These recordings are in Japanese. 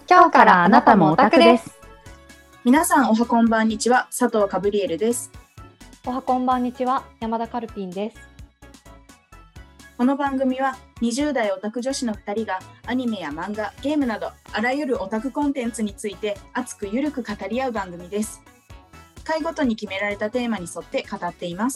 今日からあなたもオタクです。 皆さんおはこんばんにちは、佐藤かぶりえるです。 おはこんばんにちは、山田カルピンです。 この番組は20代オタク女子の2人がアニメや漫画、ゲームなどあらゆるオタクコンテンツについて熱くゆるく語り合う番組です。回ごとに決められたテーマに沿って語っています。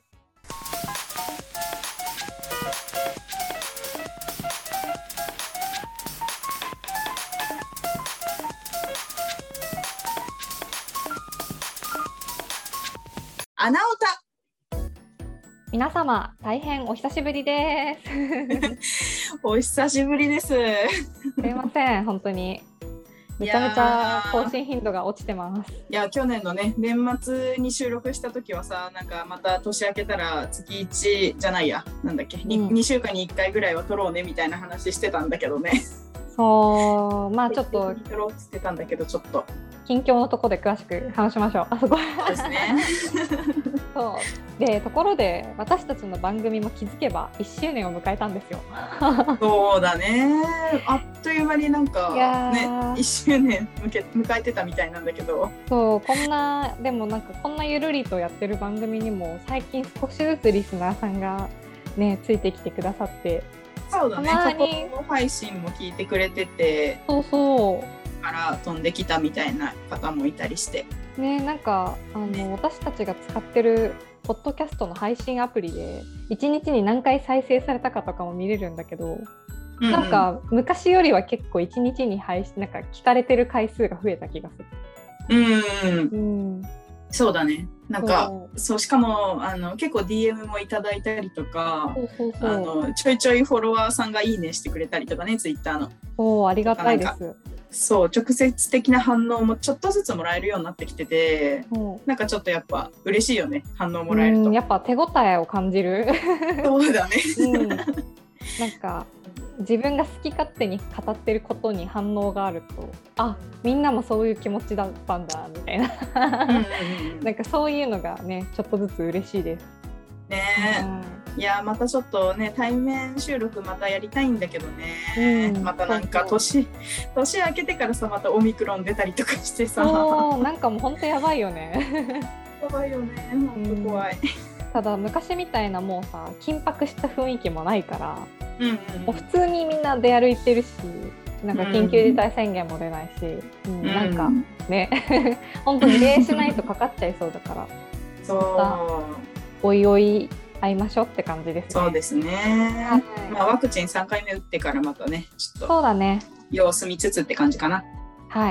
穴オタ。 皆様大変お久しぶりですお久しぶりです。 すいません、本当にめちゃめちゃ更新頻度が落ちてます。 いや、去年のね、年末に収録した時はさ、なんかまた年明けたら月1じゃないや、なんだっけ、2週間に1回ぐらいは撮ろうねみたいな話してたんだけどね。 そう、まあちょっと撮ろうって言ってたんだけど、ちょっと近況のところで詳しく話しましょう。あそこですね。 そうで、ところで私たちの番組も気づけば1周年を迎えたんですよ。 そうだね、あっという間になんかね、1周年迎えてたみたいなんだけど、 そう、でもなんかこんなゆるりとやってる番組にも最近少しずつリスナーさんがねついてきてくださって、 そうだね、過去配信も聞いてくれてて、 そうから飛んできたみたいな方もいたりしてね。なんか私たちが使ってるポッドキャストの配信アプリで1日に何回再生されたかとかも見れるんだけど、なんか昔よりは結構1日になんか聞かれてる回数が増えた気がする。 そうだね。なんかそう、しかも結構 DM もいただいたりとか、ちょいちょいフォロワーさんがいいねしてくれたりとかね、ツイッターの。 ありがたいです。 そう、直接的な反応もちょっとずつもらえるようになってきてて、なんかちょっとやっぱ嬉しいよね、反応もらえると。 やっぱ手応えを感じる。 そうだね。 なんか自分が好き勝手に語ってることに反応があると、あ、みんなもそういう気持ちだったんだみたいななんかそういうのがね、ちょっとずつ嬉しいですね。いや、またちょっとね、対面収録またやりたいんだけどね、またなんか年明けてからさ、またオミクロン出たりとかしてさ、 なんかもうほんとやばいよね。 やばいよね、ほんと怖い。 ただ昔みたいなもうさ、緊迫した雰囲気もないから、もう普通にみんな出歩いてるし、なんか緊急事態宣言も出ないし、なんかね本当に礼しないとかかっちゃいそうだから、そうおいおい会いましょうって感じですね。 そうですね、まあ、ワクチン3回目打ってからまたね、ちょっとそうだね、 様子見つつって感じかな。 はい、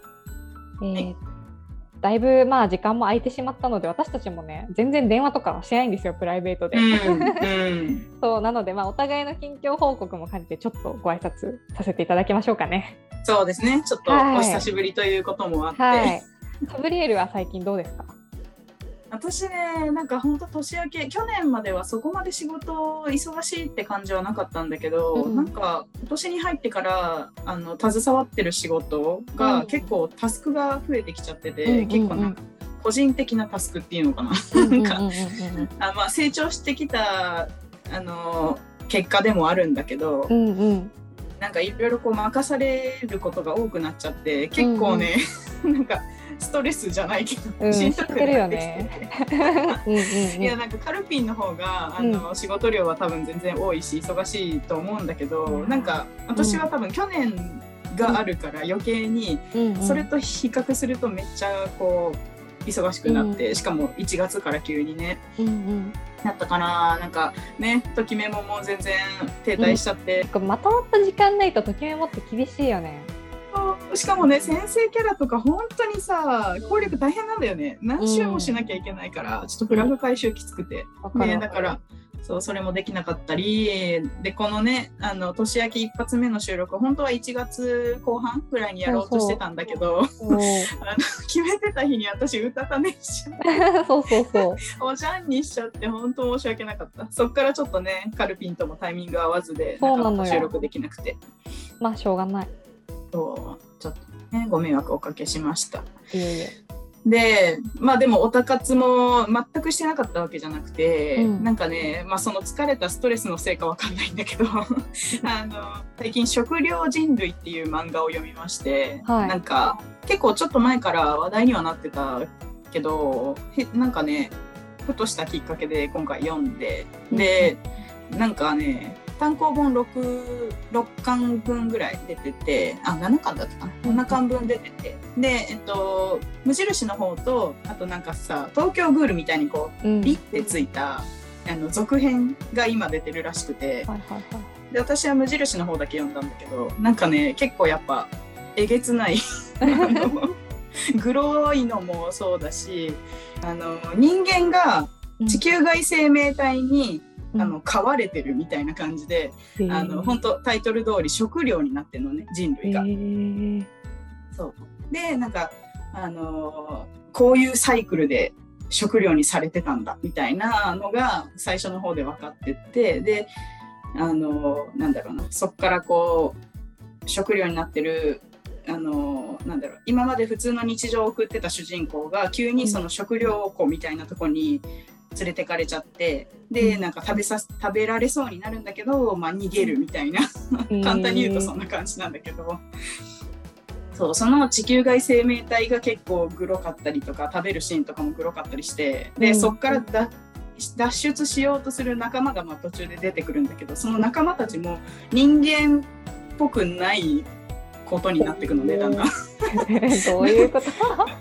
だいぶまあ時間も空いてしまったので、私たちもね全然電話とかしないんですよ、プライベートで。そうなので、まあお互いの近況報告も兼ねてちょっとご挨拶させていただきましょうかね。 そうですね、ちょっとお久しぶりということもあって、 カブリエルは最近どうですか？ 私ね、なんか本当年明け、去年まではそこまで仕事忙しいって感じはなかったんだけど、なんか今年に入ってから携わってる仕事が結構タスクが増えてきちゃってて、結構なんか個人的なタスクっていうのかな、なんかまあ成長してきた結果でもあるんだけど、なんかいろいろこう任されることが多くなっちゃって、結構ね、なんかストレスじゃないけど、しんどくなってきて、いや、なんかカルピンの方が仕事量は多分全然多いし忙しいと思うんだけど、なんか私は多分去年があるから余計にそれと比較するとめっちゃこう忙しくなって、しかも1月から急にね、なったかな。なんかね、ときメモも全然停滞しちゃって、 まとまった時間ないとときメモって厳しいよね。 しかもね、先生キャラとか本当にさ、効力大変なんだよね。何週もしなきゃいけないから、ちょっとフラグ回収きつくて、だからそれもできなかったりで、このね年明け一発目の収録、本当は1月後半ぐらいにやろうとしてたんだけど、決めてた日に私うたた寝しちゃっておじゃんにしちゃって、本当申し訳なかった。そっからちょっとね、カルピンともタイミング合わずで収録できなくて、 まあしょうがない。 ちょっとね、ご迷惑おかけしました。 でまあでもオタ活も全くしてなかったわけじゃなくて、なんかね、まあ、その疲れたストレスのせいかわかんないんだけど最近食料人類っていう漫画を読みまして、なんか結構ちょっと前から話題にはなってたけど、なんかねふとしたきっかけで今回読んで、でなんかね単行本 6巻分ぐらい出てて、7巻だったかな、7巻分出てて、で、無印の方と、あとなんかさ、東京グールみたいにこう、リってついた続編が今出てるらしくて、で私は無印の方だけ読んだんだけど、なんかね結構やっぱえげつないグロいのもそうだし、人間が地球外生命体に飼われてるみたいな感じで、本当タイトル通り食料になってるのね、人類が。そうでなんかこういうサイクルで食料にされてたんだみたいなのが最初の方で分かってって、でなんだろうな、そっからこう食料になってるなんだろう、今まで普通の日常を送ってた主人公が急にその食料庫みたいなとこに連れてかれちゃって、でなんか食べられそうになるんだけど、まあ、逃げるみたいな簡単に言うとそんな感じなんだけど、その地球外生命体が結構グロかったりとか、食べるシーンとかもグロかったりして、でそっから脱出しようとする仲間がまあ途中で出てくるんだけど、その仲間たちも人間っぽくないことになってくのね、だんだんどういうこと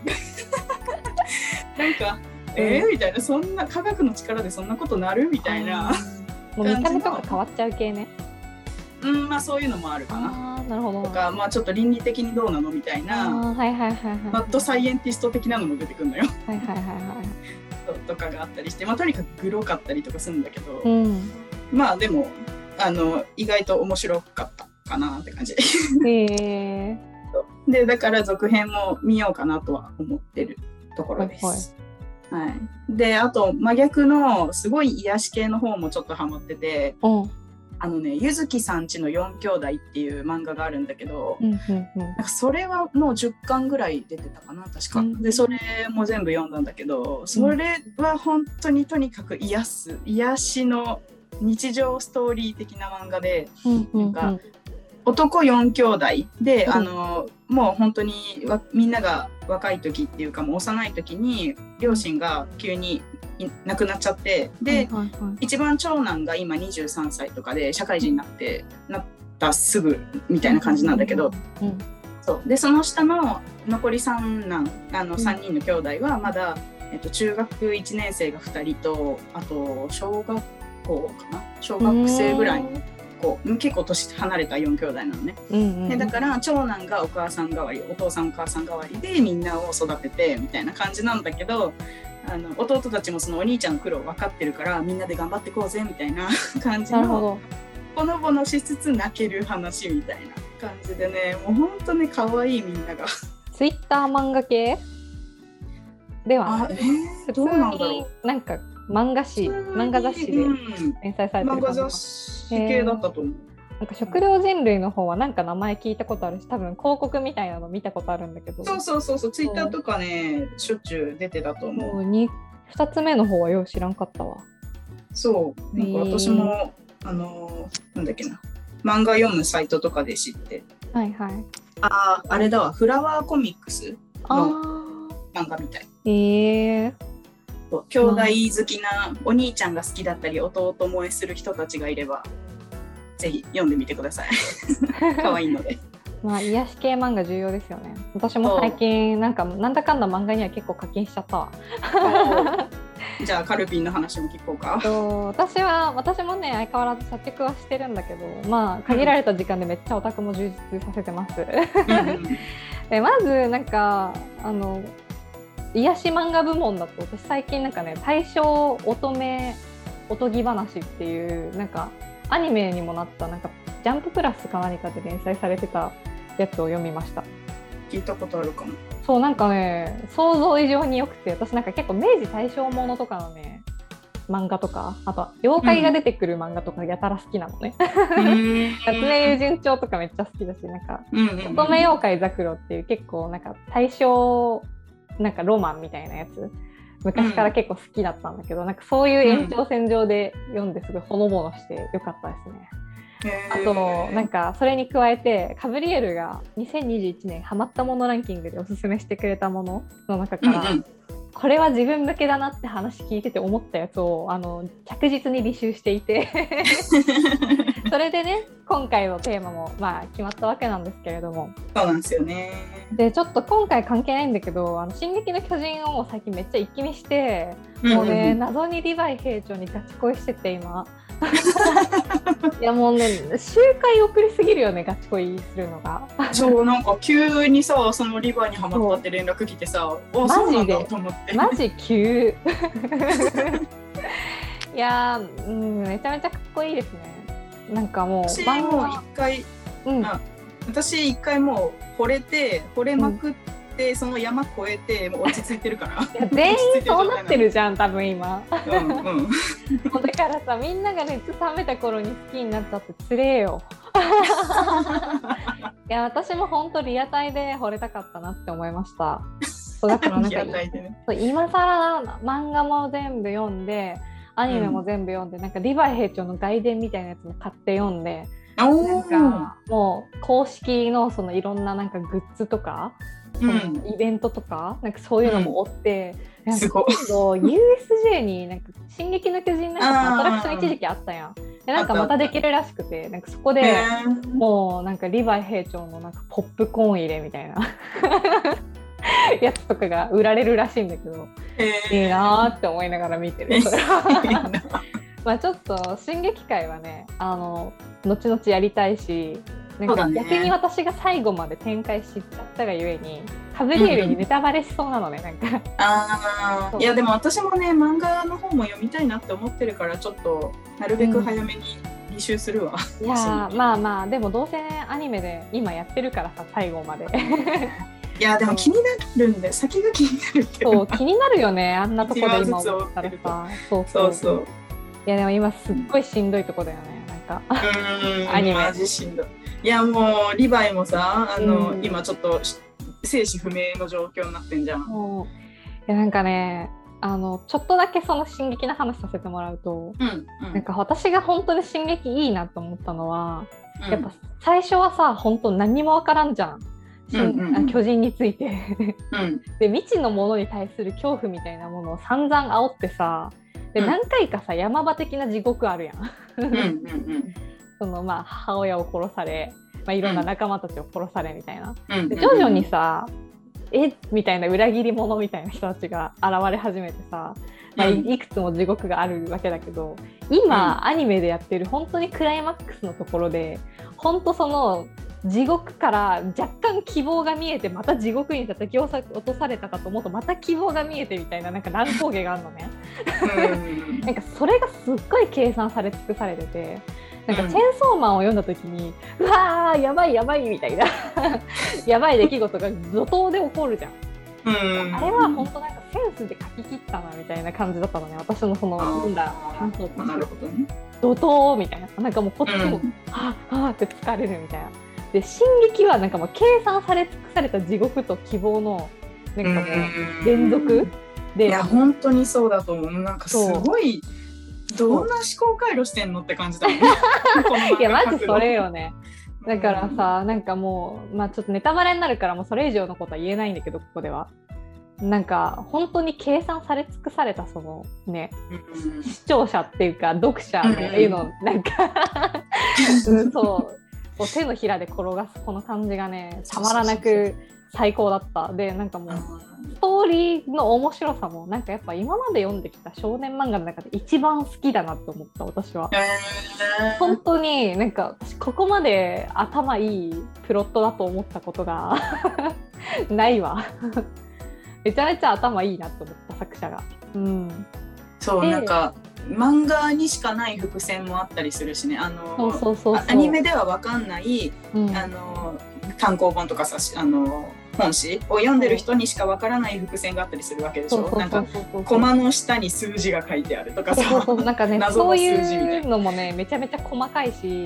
なんかみたいな、そんな科学の力でそんなことなるみたいな、 もう見た目とか変わっちゃう系ね。 まあそういうのもあるかな。 なるほど。 とか、まあちょっと倫理的にどうなのみたいな、マッドサイエンティスト的なのも出てくるのよ。とかがあったりして、まあとにかくグロかったりとかするんだけど、まあでも意外と面白かったかなって感じ。でだから続編も見ようかなとは思ってるところです。であと真逆のすごい癒し系の方もちょっとハマってて、ゆずきさんちの4兄弟っていう漫画があるんだけど、なんかそれはもう10巻ぐらい出てたかな確か、でそれも全部読んだんだけど、それは本当にとにかく癒しの日常ストーリー的な漫画で、なんか男4兄弟で、もう本当にみんなが若い時っていうかもう幼い時に両親が急に亡くなっちゃって、で、一番長男が今23歳とかで社会人になったすぐみたいな感じなんだけど、そうでその下の残り3男3人の兄弟はまだ、中学1年生が2人と、あと小学校かな、小学生ぐらいの結構年離れた4兄弟なのね、でだから長男がお母さん代わり、お父さんお母さん代わりでみんなを育ててみたいな感じなんだけど、弟たちもそのお兄ちゃんの苦労分かってるからみんなで頑張ってこうぜみたいな感じのぼのぼのしつつ泣ける話みたいな感じでね、もうほんとね可愛いみんなが。 ツイッター漫画系ではない、普通になんか漫画雑誌で連載されてる感じ、 漫画雑誌系だったと思う。 なんか食料人類の方はなんか名前聞いたことあるし、多分広告みたいなの見たことあるんだけど、 そうツイッターとかねしょっちゅう出てたと思う。 2つ目の方はよう知らんかったわ。 そうなんか私もなんだっけな、漫画読むサイトとかで知って、あれだわ、フラワーコミックスの漫画みたい。兄弟好きなお兄ちゃんが好きだったり弟萌えする人たちがいればぜひ読んでみてください。可愛いので。 まあ癒し系漫画重要ですよね。私も最近なんだかんだ漫画には結構課金しちゃったわ。 じゃあカルピンの話も聞こうか。 私もね相変わらず作曲はしてるんだけど、まあ限られた時間でめっちゃオタクも充実させてます。でまずなんか癒し漫画部門だと私最近なんかね、大正乙女おとぎ話っていうなんかアニメにもなったなんかジャンププラスか何かで連載されてたやつを読みました。 聞いたことあるかも。 そうなんかね想像以上によくて、私なんか結構明治大正ものとかのね漫画とか、あと妖怪が出てくる漫画とかやたら好きなのね。夏目友人帳とかめっちゃ好きだし、なんか乙女妖怪ザクロっていう結構なんか大正なんかロマンみたいなやつ昔から結構好きだったんだけど、なんかそういう延長線上で読んですごいほのぼのしてよかったですね。あとなんかそれに加えてガブリエルが2021年ハマったものランキングでおすすめしてくれたものの中から、これは自分向けだなって話聞いてて思ったやつを着実に履修していてそれでね今回のテーマもまあ決まったわけなんですけれども。 そうなんですよね。 でちょっと今回関係ないんだけど進撃の巨人を最近めっちゃ一気見して、もうね謎にリヴァイ兵長にガチ恋してて今いやもうね周回遅れすぎるよねガチ恋するのが。 そうなんか急にさそのリヴァイにハマったって連絡来てさ、 マジでと思ってマジ急いやめちゃめちゃかっこいいですね。なんかもう私も一回、私一回もう惚れまくって、その山越えてもう落ち着いてるからいや全員そうなってるじゃん多分今だからさみんなが熱冷めた頃に好きになっちゃってつれえよいや私も本当リアタイで惚れたかったなって思いました。そうだからなんか今更漫画も全部読んでアニメも全部読んで、なんかリヴァイ兵長の外伝みたいなやつも買って読んで、なんかもう公式のそのいろんななんかグッズとか、そのイベントとかなんかそういうのも追って、なんか今度 USJ になんか進撃の巨人なんかアトラクション一時期あったやん。でなんかまたできるらしくて、なんかそこでもうなんかリヴァイ兵長のなんかポップコーン入れみたいなやつとかが売られるらしいんだけど、いいなって思いながら見てる。まあちょっと進撃会はね後々やりたいし、なんか逆に私が最後まで展開しちゃったがゆえにカブリエルにネタバレしそうなのね、なんかいやでも私もね漫画の方も読みたいなって思ってるからちょっとなるべく早めに履修するわ、 いやまあまあでもどうせねアニメで今やってるからさ最後までいやでも気になるんで先が気になるってそう気になるよねあんなとこで今思ったらさそういやでも今すっごいしんどいとこだよねなんかアニメマジしんどい。いやもうリヴァイもさ今ちょっと生死不明の状況になってんじゃん。いやなんかねちょっとだけその進撃の話させてもらうと、なんか私が本当に進撃いいなと思ったのは、やっぱ最初はさ本当何もわからんじゃん、巨人についてで未知のものに対する恐怖みたいなものを散々煽ってさ、で何回かさ山場的な地獄あるやんそのまあ母親を殺され、いろんな仲間たちを殺されみたいな、で徐々にさみたいな裏切り者みたいな人たちが現れ始めてさ、いくつも地獄があるわけだけど、今、アニメでやってる本当にクライマックスのところで本当その地獄から若干希望が見えてまた地獄に叩き落とされたかと思うとまた希望が見えてみたいな、なんか乱高下があるのねなんかそれがすっごい計算され尽くされてて、なんかチェーンソーマンを読んだ時にうわーやばいやばいみたいなやばい出来事が怒涛で起こるじゃん。あれは本当なんかセンスで書き切ったなみたいな感じだったのね、私のその読んだ感想として。 なるほどね。 怒涛みたいな、なんかもうこっちもはぁって疲れるみたいな。で進撃はなんかもう計算され尽くされた地獄と希望のなんかもう連続で、 いや本当にそうだと思う。なんかすごいどんな思考回路してんのって感じだもんねいやマジそれよね。だからさ、なんかもうちょっとネタバレになるからもうそれ以上のことは言えないんだけど、ここではなんか本当に計算され尽くされたそのね、視聴者っていうか読者の絵のなんかそう手のひらで転がすこの感じがねたまらなく最高だった。でなんかもうストーリーの面白さもなんかやっぱ今まで読んできた少年漫画の中で一番好きだなと思った私は。本当になんか私ここまで頭いいプロットだと思ったことがないわめちゃめちゃ頭いいなと思った作者が。 そうなんか漫画にしかない伏線もあったりするしね、 そうアニメでは分かんない、単行本とかさ本誌を読んでる人にしか分からない伏線があったりするわけでしょ。なんかコマの下に数字が書いてあるとかさ、 なんかねそういうのもねめちゃめちゃ細かいし、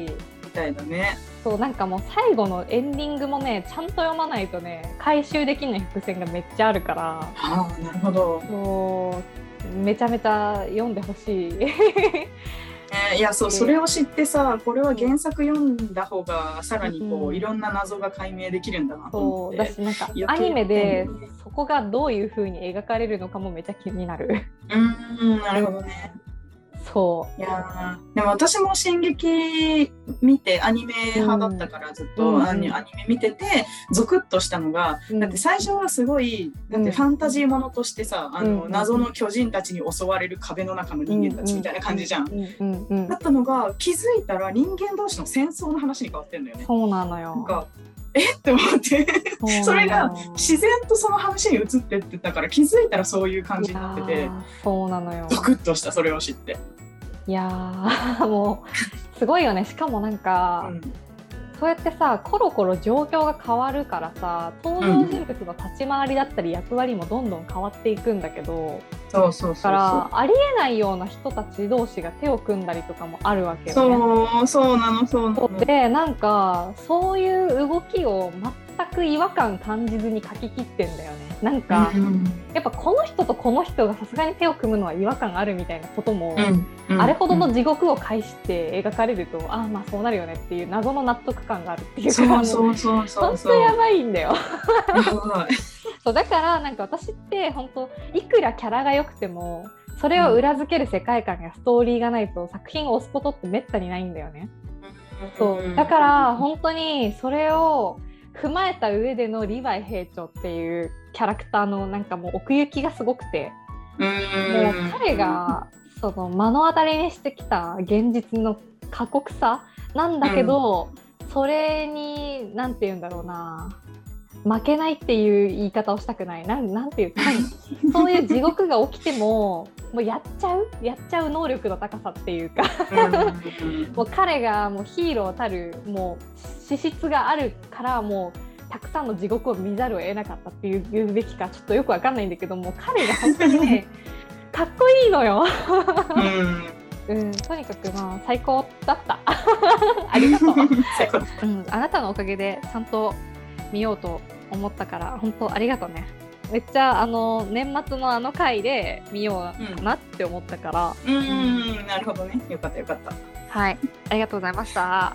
みたいだね。 そうなんかもう最後のエンディングもねちゃんと読まないとね回収できない伏線がめっちゃあるから、 ああなるほど。 そうめちゃめちゃ読んでほしい。 いやそれを知ってさ、これは原作読んだ方がさらにこう、いろんな謎が解明できるんだなと思って。 そうだしなんかアニメでそこがどういう風に描かれるのかもめっちゃ気になる。 なるほどね。 そういやでも私も進撃見てアニメ派だったからずっとアニメ見ててゾクッとしたのが、だって最初はすごいだってファンタジーものとしてさ、謎の巨人たちに襲われる壁の中の人間たちみたいな感じじゃん。だったのが気づいたら人間同士の戦争の話に変わってんだよね。 そうなのよ。 なんかって思ってそれが自然とその話に移ってってたから気づいたらそういう感じになってて、 そうなのよ。 ゾクッとしたそれを知って。 いやもうすごいよね。しかもなんか、そうやってさコロコロ状況が変わるからさ登場人物の立ち回りだったり役割もどんどん変わっていくんだけど、だからありえないような人たち同士が手を組んだりとかもあるわけよね。そうなの。でなんかそういう動きを全く違和感感じずに書き切ってんだよね。なんか、やっぱこの人とこの人がさすがに手を組むのは違和感あるみたいなことも、あれほどの地獄を介して描かれると、まあそうなるよねっていう謎の納得感があるっていうか、本当やばいんだよ。そうだからなんか私って本当いくらキャラが良くてもそれを裏付ける世界観やストーリーがないと作品を押すことってめったにないんだよね。そうだから本当にそれを踏まえた上でのリヴァイ兵長っていうキャラクターのなんかもう奥行きがすごくて、もう彼がその目の当たりにしてきた現実の過酷さなんだけど、それになんて言うんだろうな、負けないっていう言い方をしたくない、なんていうかそういう地獄が起きてももうやっちゃう能力の高さっていうかもう彼がもうヒーローたるもう資質があるからもうたくさんの地獄を見ざるを得なかったっていうべきかちょっとよくわかんないんだけども、彼が本当にねかっこいいのよとにかくまあ最高だったありがとうあなたのおかげでちゃんと見ようと思ったから本当ありがとうね。めっちゃ年末のあの回で見ようかなって思ったから、 なるほどね。よかったはい、ありがとうございましたはい、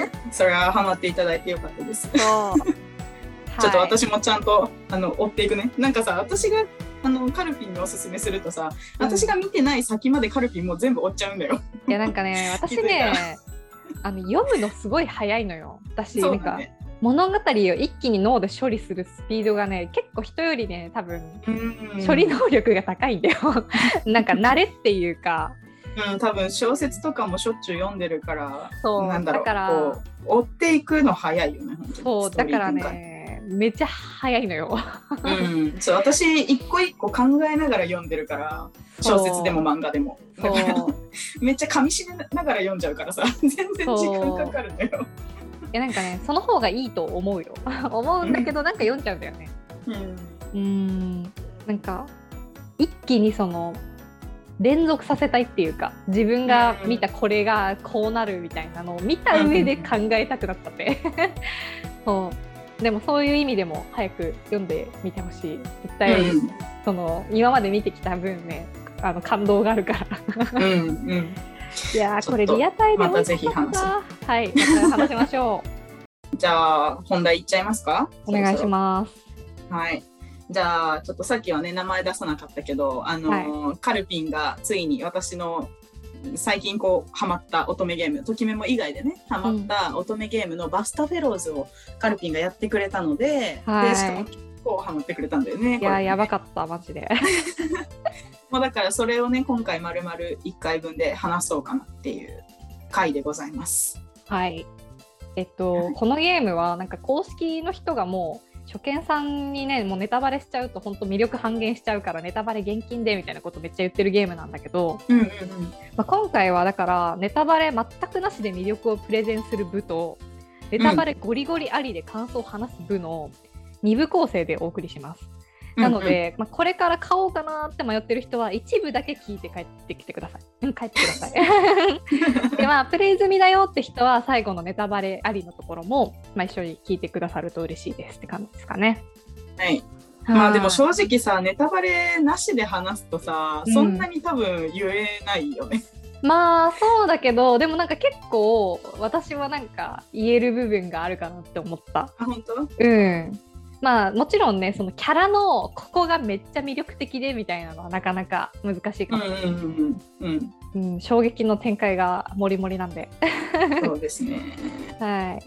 それはハマっていただいてよかったです。 そうちょっと私もちゃんと追っていくね。なんかさ私がカルピンにおすすめするとさ、私が見てない先までカルピンもう全部追っちゃうんだよ。 いやなんかね私ね読むのすごい早いのよ。私なんか物語を一気に脳で処理するスピードがね結構人よりね多分処理能力が高いんだよなんか慣れっていうか、 多分小説とかもしょっちゅう読んでるからそうだからこう追っていくの早いよね。 そうだからねめっちゃ早いのよそう私一個一個考えながら読んでるから小説でも漫画でもめっちゃ噛み締めながら読んじゃうからさ全然時間かかるんだよ。 いやなんかねその方がいいと思うよ思うんだけどなんか読んじゃうんだよね。なんか一気にその連続させたいっていうか自分が見たこれがこうなるみたいなのを見た上で考えたくなっちゃってそうでもそういう意味でも早く読んでみてほしい絶対、その今まで見てきた分ね感動があるからいやこれリアタイでまたぜひ話そう。 はい、また話しましょうじゃあ本題いっちゃいますか。 お願いします。 はい、じゃあちょっとさっきはね名前出さなかったけどカルピンがついに私の最近こうハマった乙女ゲームときメモ以外でねハマった乙女ゲームのバスタフェローズをカルピンがやってくれたので、でしかも結構ハマってくれたんだよね。 いややばかったマジでもうだからそれをね今回丸々1回分で話そうかなっていう回でございます。 はい、このゲームはなんか公式の人がもう初見さんにねもうネタバレしちゃうと本当魅力半減しちゃうからネタバレ厳禁でみたいなことめっちゃ言ってるゲームなんだけど、今回はだからネタバレ全くなしで魅力をプレゼンする部とネタバレゴリゴリありで感想を話す部の2部構成でお送りします。 なので、これから買おうかなって迷ってる人は一部だけ聞いて帰ってきてください。帰ってください。でプレイ済みだよって人は最後のネタバレありのところも、一緒に聞いてくださると嬉しいですって感じですかね。 はい。でも正直さ、ネタバレなしで話すとさ、そんなに多分言えないよね。 そうだけど、でもなんか結構私はなんか言える部分があるかなって思った。 本当？ もちろんね、そのキャラのここがめっちゃ魅力的でみたいなのはなかなか難しいかもしれない。衝撃の展開がもりもりなんで。 そうですね。 はい。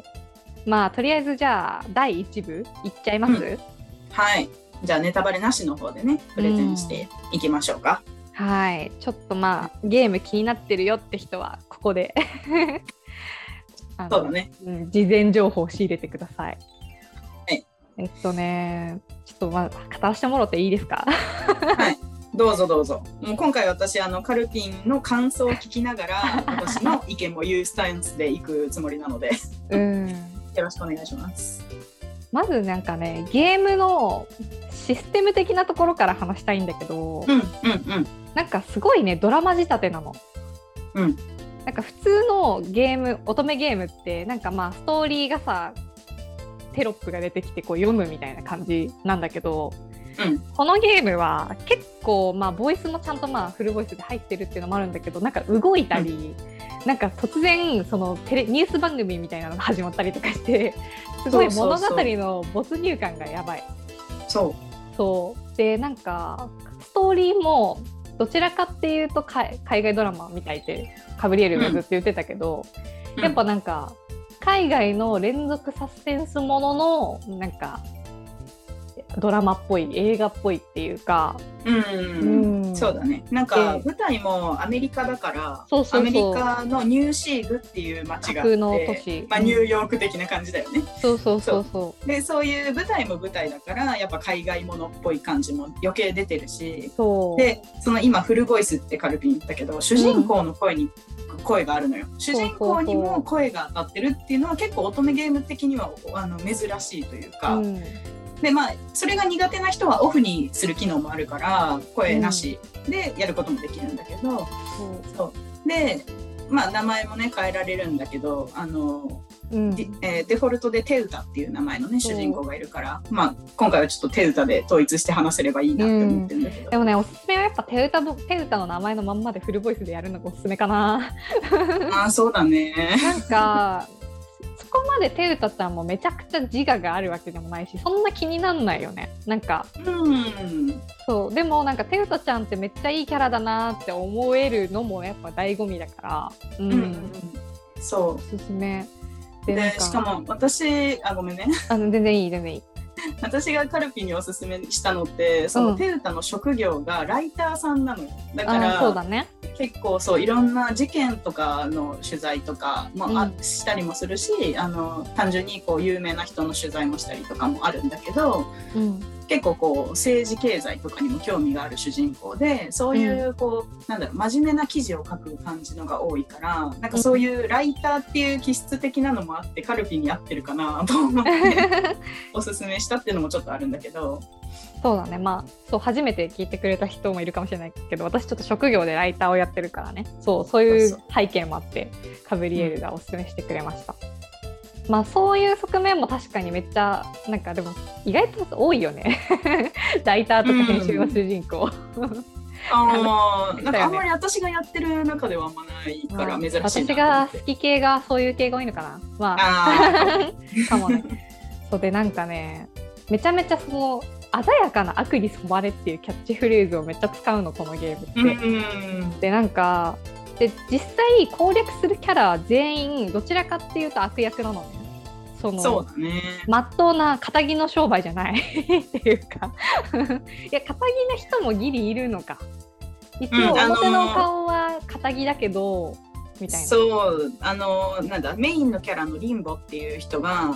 とりあえずじゃあ第1部いっちゃいます？ はい。じゃあネタバレなしの方でね、プレゼンしていきましょうか。 はい。ちょっとゲーム気になってるよって人はここでそうだね。 事前情報を仕入れてください。 はい。 ちょっと語らせてもらっていいですか？ はい。どうぞどうぞ。もう今回私カルピンの感想を聞きながら私の意見も言うスタンスでいくつもりなのでよろしくお願いします。 まずなんかね、ゲームのシステム的なところから話したいんだけど、なんかすごいね、ドラマ仕立てなの。なんか普通のゲーム、乙女ゲームってなんかストーリーがさ、テロップが出てきてこう読むみたいな感じなんだけど、このゲームは結構ボイスもちゃんとフルボイスで入ってるっていうのもあるんだけど、なんか動いたり、なんか突然そのニュース番組みたいなのが始まったりとかして、すごい物語の没入感がやばい。そうで、なんかストーリーもどちらかっていうと海外ドラマみたいってカブリエルがずっと言ってたけど、やっぱなんか海外の連続サスペンスもののなんかドラマっぽい、映画っぽいっていうか、 そうだね。なんか舞台もアメリカだから、アメリカのニューシーグっていう街があって、 の都市、 ニューヨーク的な感じだよね。 そうで、そういう舞台も舞台だからやっぱ海外ものっぽい感じも余計出てるし、でその今フルボイスってカルピン言ったけど、主人公の声があるのよ。主人公にも声が当たってるっていうのは結構乙女ゲーム的には珍しいというか、でそれが苦手な人はオフにする機能もあるから声なしでやることもできるんだけど、で名前もね変えられるんだけどデフォルトでテウタっていう名前のね主人公がいるから、今回はちょっとテウタで統一して話せればいいなって思ってるんだけど、 でもね、おすすめはやっぱテウタの名前のまんまでフルボイスでやるのがおすすめかな。 そうだね。 なんかそこまでテウタちゃんもめちゃくちゃ自我があるわけでもないし、そんな気になんないよね。なんかそうでもなんかテウタちゃんってめっちゃいいキャラだなって思えるのもやっぱ醍醐味だから、そうおすすめで、しかも私ごめんね。 全然いい。 私がカルピにおすすめしたのってそのテウタの職業がライターさんなのよ。だからそうだね、 結構いろんな事件とかの取材とかもしたりもするし、単純に有名な人の取材もしたりとかもあるんだけど、結構政治経済とかにも興味がある主人公で、そういう真面目な記事を書く感じのが多いから、なんかそういうライターっていう気質的なのもあってカルピに合ってるかなと思っておすすめしたっていうのもちょっとあるんだけど。 そうだね、そう初めて聞いてくれた人もいるかもしれないけど、私ちょっと職業でライターをやってるからね、そういう背景もあってカブリエルがおすすめしてくれました。そういう側面も確かにめっちゃなんかでも意外と多いよね。ライターとか編集の主人公。 なんかあんまり私がやってる中ではあんまないから珍しいなと思って。 私が好き系がそういう系が多いのかな。かもね。そうで、なんかね、めちゃめちゃその鮮やかな悪に染まれっていうキャッチフレーズをめっちゃ使うのこのゲームって。でなんか実際攻略するキャラは全員どちらかっていうと悪役なのね。 そうだね。 まっとうな堅気の商売じゃないっていうかいや堅気な人もギリいるのか。一応表の顔は堅気だけど、みたいな。 そうなんだメインのキャラのリンボっていう人が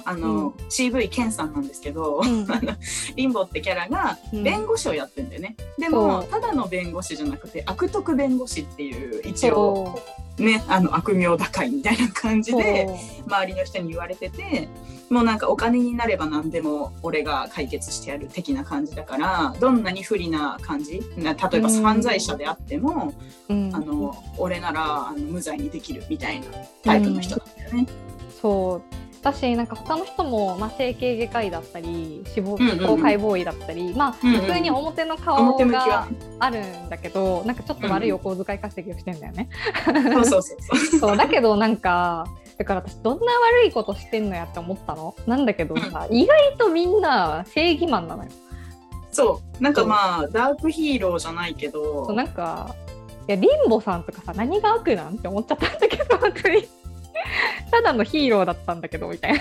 CV ケンさんなんですけど、リンボってキャラが弁護士をやってんだよね。でもただの弁護士じゃなくて悪徳弁護士っていう一応ね、悪名高いみたいな感じで周りの人に言われてて、もうなんかお金になれば何でも俺が解決してやる的な感じだから、どんなに不利な感じ、例えば犯罪者であっても、俺なら無罪にできるみたいなタイプの人なんだよね。 そう私なんか他の人も、整形外科医だったり司法解剖医だったり、普通に表の顔があるんだけど、なんかちょっと悪いお小遣い稼ぎをしてんだよね。そうだけどなんかだから私どんな悪いことしてんのやって思ったのなんだけどさ、意外とみんな正義マンなのよ。 そうなんかダークヒーローじゃないけど、 そうなんかいやリンボさんとかさ、何が悪なんって思っちゃったんだけど、本当にただのヒーローだったんだけどみたいな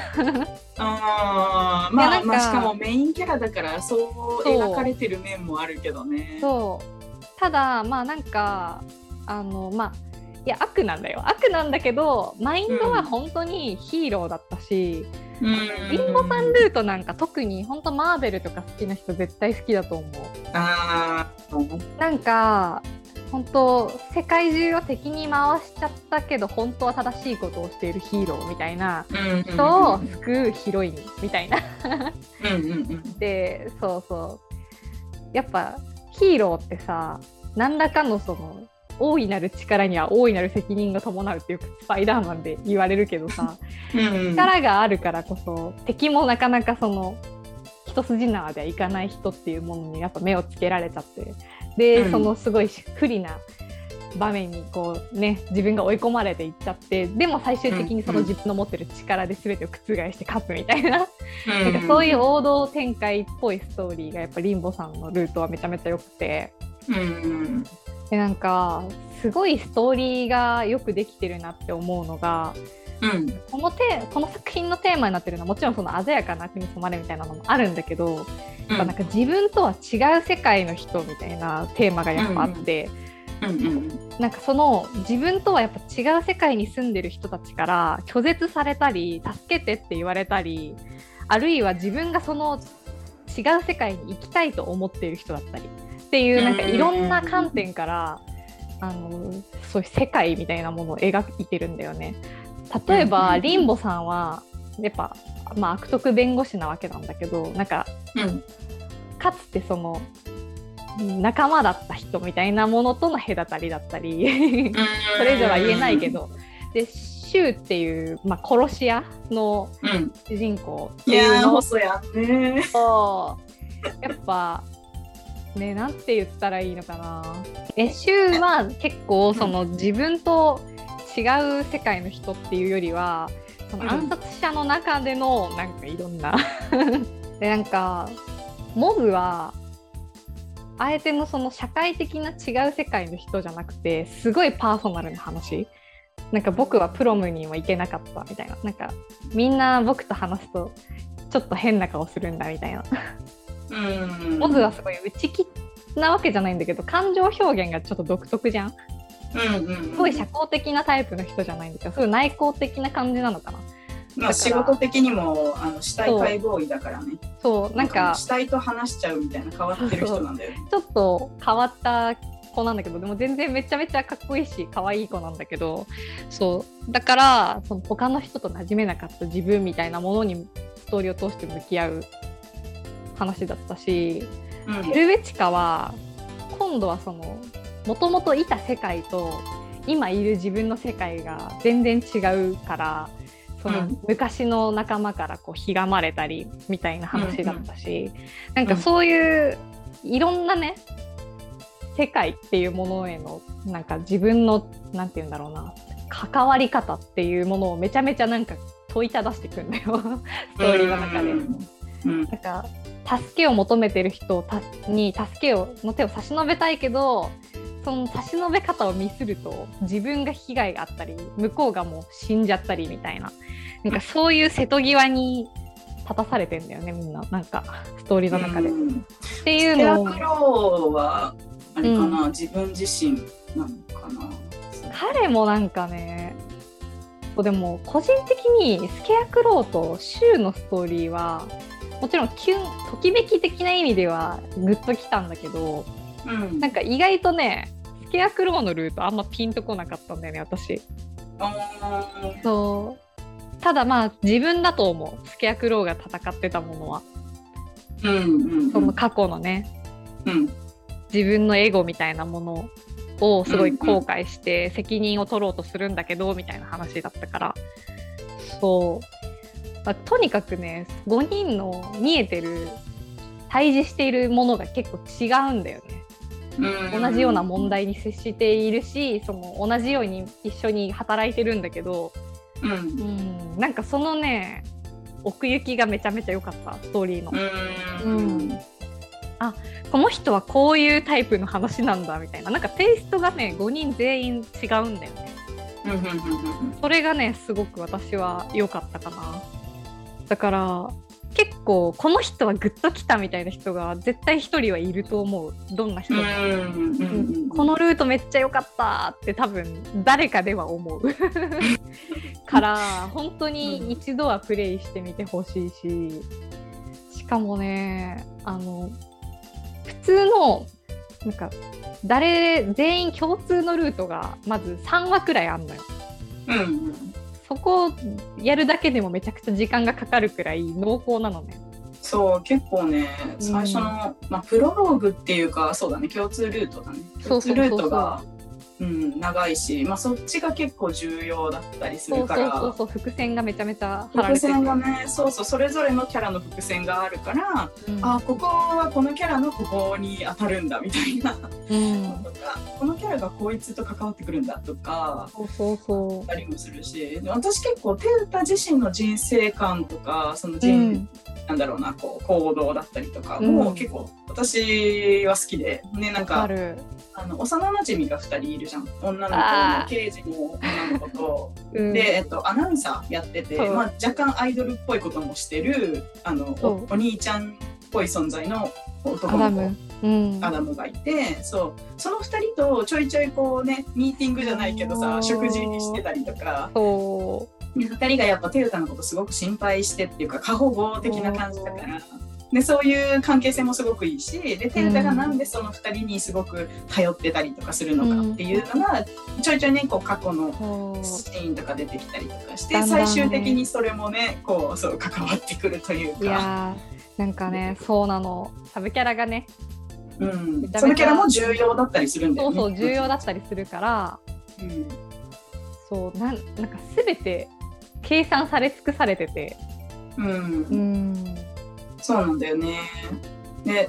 しかもメインキャラだからそう描かれてる面もあるけどね。 そうただなんかいや悪なんだよ、悪なんだけどマインドは本当にヒーローだったし、リンボさんルートなんか特に本当マーベルとか好きな人絶対好きだと思う。なんか本当世界中を敵に回しちゃったけど本当は正しいことをしているヒーローみたいな人を救うヒロインみたいなでやっぱヒーローってさ、何らかのその大いなる力には大いなる責任が伴うってよくスパイダーマンで言われるけどさ力があるからこそ敵もなかなかその一筋縄ではいかない人っていうものにやっぱ目をつけられちゃって、で、そのすごい不利な場面にこうね自分が追い込まれていっちゃって、でも最終的にその自分の持ってる力で全てを覆して勝つみたいな、なんかそういう王道展開っぽいストーリーがやっぱリンボさんのルートはめちゃめちゃ良くて、でなんかすごいストーリーがよくできてるなって思うのが、この作品のテーマになってるのはもちろんその鮮やかな国染まれみたいなのもあるんだけど、なんか自分とは違う世界の人みたいなテーマがやっぱあって、なんかその自分とはやっぱ違う世界に住んでる人たちから拒絶されたり助けてって言われたり、あるいは自分がその違う世界に行きたいと思っている人だったりっていう、なんかいろんな観点からそういう世界みたいなものを描いてるんだよね。例えばリンボさんはやっぱ、悪徳弁護士なわけなんだけど、なんか、かつてその仲間だった人みたいなものとの隔たりだったりそれ以上は言えないけど、でシュウっていう、殺し屋の主人公っていうの細やねやっぱね、なんて言ったらいいのかな、シュウは結構その自分と違う世界の人っていうよりはその暗殺者の中でのなんかいろんなでなんかモブはあえてのその社会的な違う世界の人じゃなくてすごいパーソナルな話、なんか僕はプロムにも行けなかったみたいな、なんかみんな僕と話すとちょっと変な顔するんだみたいなモブはすごい内気なわけじゃないんだけど感情表現がちょっと独特じゃん。すごい社交的なタイプの人じゃないんだけど、すごい内向的な感じなのかな。 仕事的にも死体解剖医だからね。 そうなんか死体と話しちゃうみたいな変わってる人なんだよね。 ちょっと変わった子なんだけど、でも全然めちゃめちゃかっこいいし可愛い子なんだけど、そうだからその他の人と馴染めなかった自分みたいなものにストーリーを通して向き合う話だったし、ヘルベチカは今度はそのもともといた世界と今いる自分の世界が全然違うから、その昔の仲間からこうひがまれたりみたいな話だったし、なんかそういういろんなね世界っていうものへのなんか自分のなんていうんだろうな関わり方っていうものをめちゃめちゃなんか問いただしていくんだよストーリーの中で。なんか助けを求めてる人に助けの手を差し伸べたいけど、その差し伸べ方をミスると自分が被害があったり向こうがもう死んじゃったりみたいな、なんかそういう瀬戸際に立たされてんだよねみんな、なんかストーリーの中でっていうのを。 スケアクローはあれかな、自分自身なのかな。 彼もなんかね、でも個人的にスケアクローとシュウのストーリーはもちろんときめき的な意味ではグッときたんだけど、なんか意外とねスケアクロウのルートあんまピンとこなかったんだよね私。そうただまあ自分だと思う、スケアクロウが戦ってたものは、その過去のね、自分のエゴみたいなものをすごい後悔して責任を取ろうとするんだけどみたいな話だったから、そう、まあ、とにかくね5人の見えてる対峙しているものが結構違うんだよね。同じような問題に接しているし、その同じように一緒に働いてるんだけど、なんかそのね奥行きがめちゃめちゃ良かった、ストーリーの。あ、この人はこういうタイプの話なんだみたいな、なんかテイストがね5人全員違うんだよね。それがねすごく私は良かったかな。だから結構この人はグッときたみたいな人が絶対一人はいると思う、どんな人も。このルートめっちゃ良かったって多分誰かでは思うから本当に一度はプレイしてみてほしいし、しかもね普通のなんか全員共通のルートがまず3話くらいあんのよ。そこをやるだけでもめちゃくちゃ時間がかかるくらい濃厚なのね。 そう結構ね最初の、プロローグっていうかそうだね共通ルートだね。共通ルートが長いし、そっちが結構重要だったりするから、 そう伏線がめちゃめちゃ張られてて、 伏線がねそれぞれのキャラの伏線があるから、ここはこのキャラのここに当たるんだみたいな、このキャラがこいつと関わってくるんだとかあったりもするし、私結構テウタ自身の人生観とかそのなんだろうなこう行動だったりとかも結構私は好きでね、なんか幼なじみが2人いるじゃん、女の子の刑事の女の子とで、アナウンサーやってて、若干アイドルっぽいこともしてるお兄ちゃんっぽい存在の男の子アダムがいて、その2人とちょいちょいこうねミーティングじゃないけどさ食事にしてたりとか。2人がやっぱテウタのことすごく心配してっていうか過保護的な感じだからで、そういう関係性もすごくいいし、でテウタがなんでその2人にすごく頼ってたりとかするのかっていうのがちょいちょいねこう過去のシーンとか出てきたりとかして、最終的にそれもねこうそう関わってくるというか、 いやなんかねそうなの、サブキャラがね、 そのキャラも重要だったりするんだよね。 そう重要だったりするから、そうなんか全て計算され尽くされてて、 そうなんだよね。で、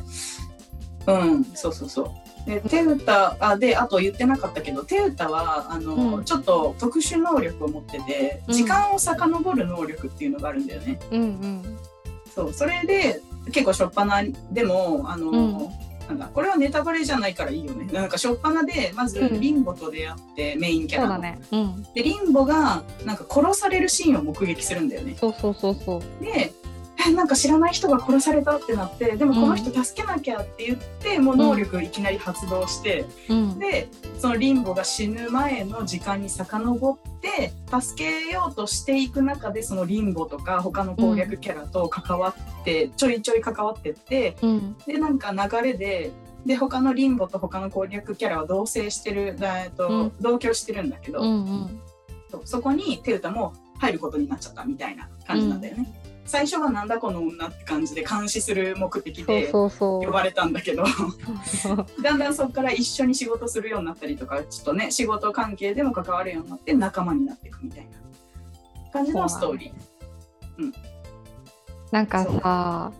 そうでテウタであと言ってなかったけど、テウタはちょっと特殊能力を持ってて、時間を遡る能力っていうのがあるんだよね。それで結構初っ端でもなんだこれはネタバレじゃないからいいよね。なんか初っ端でまずリンボと出会って、メインキャラの、でリンボがなんか殺されるシーンを目撃するんだよね。でなんか知らない人が殺されたってなって、でもこの人助けなきゃって言って、もう能力いきなり発動して、でそのリンボが死ぬ前の時間に遡って助けようとしていく中で、そのリンボとか他の攻略キャラと関わって、ちょいちょい関わってって、でなんか流れで他のリンボと他の攻略キャラは同棲してる、同居してるんだけど、そこにテウタも入ることになっちゃったみたいな感じなんだよね。最初はなんだこの女って感じで監視する目的で呼ばれたんだけどだんだんそこから一緒に仕事するようになったりとか、ちょっとね仕事関係でも関わるようになって仲間になっていくみたいな感じのストーリー。 なんかさ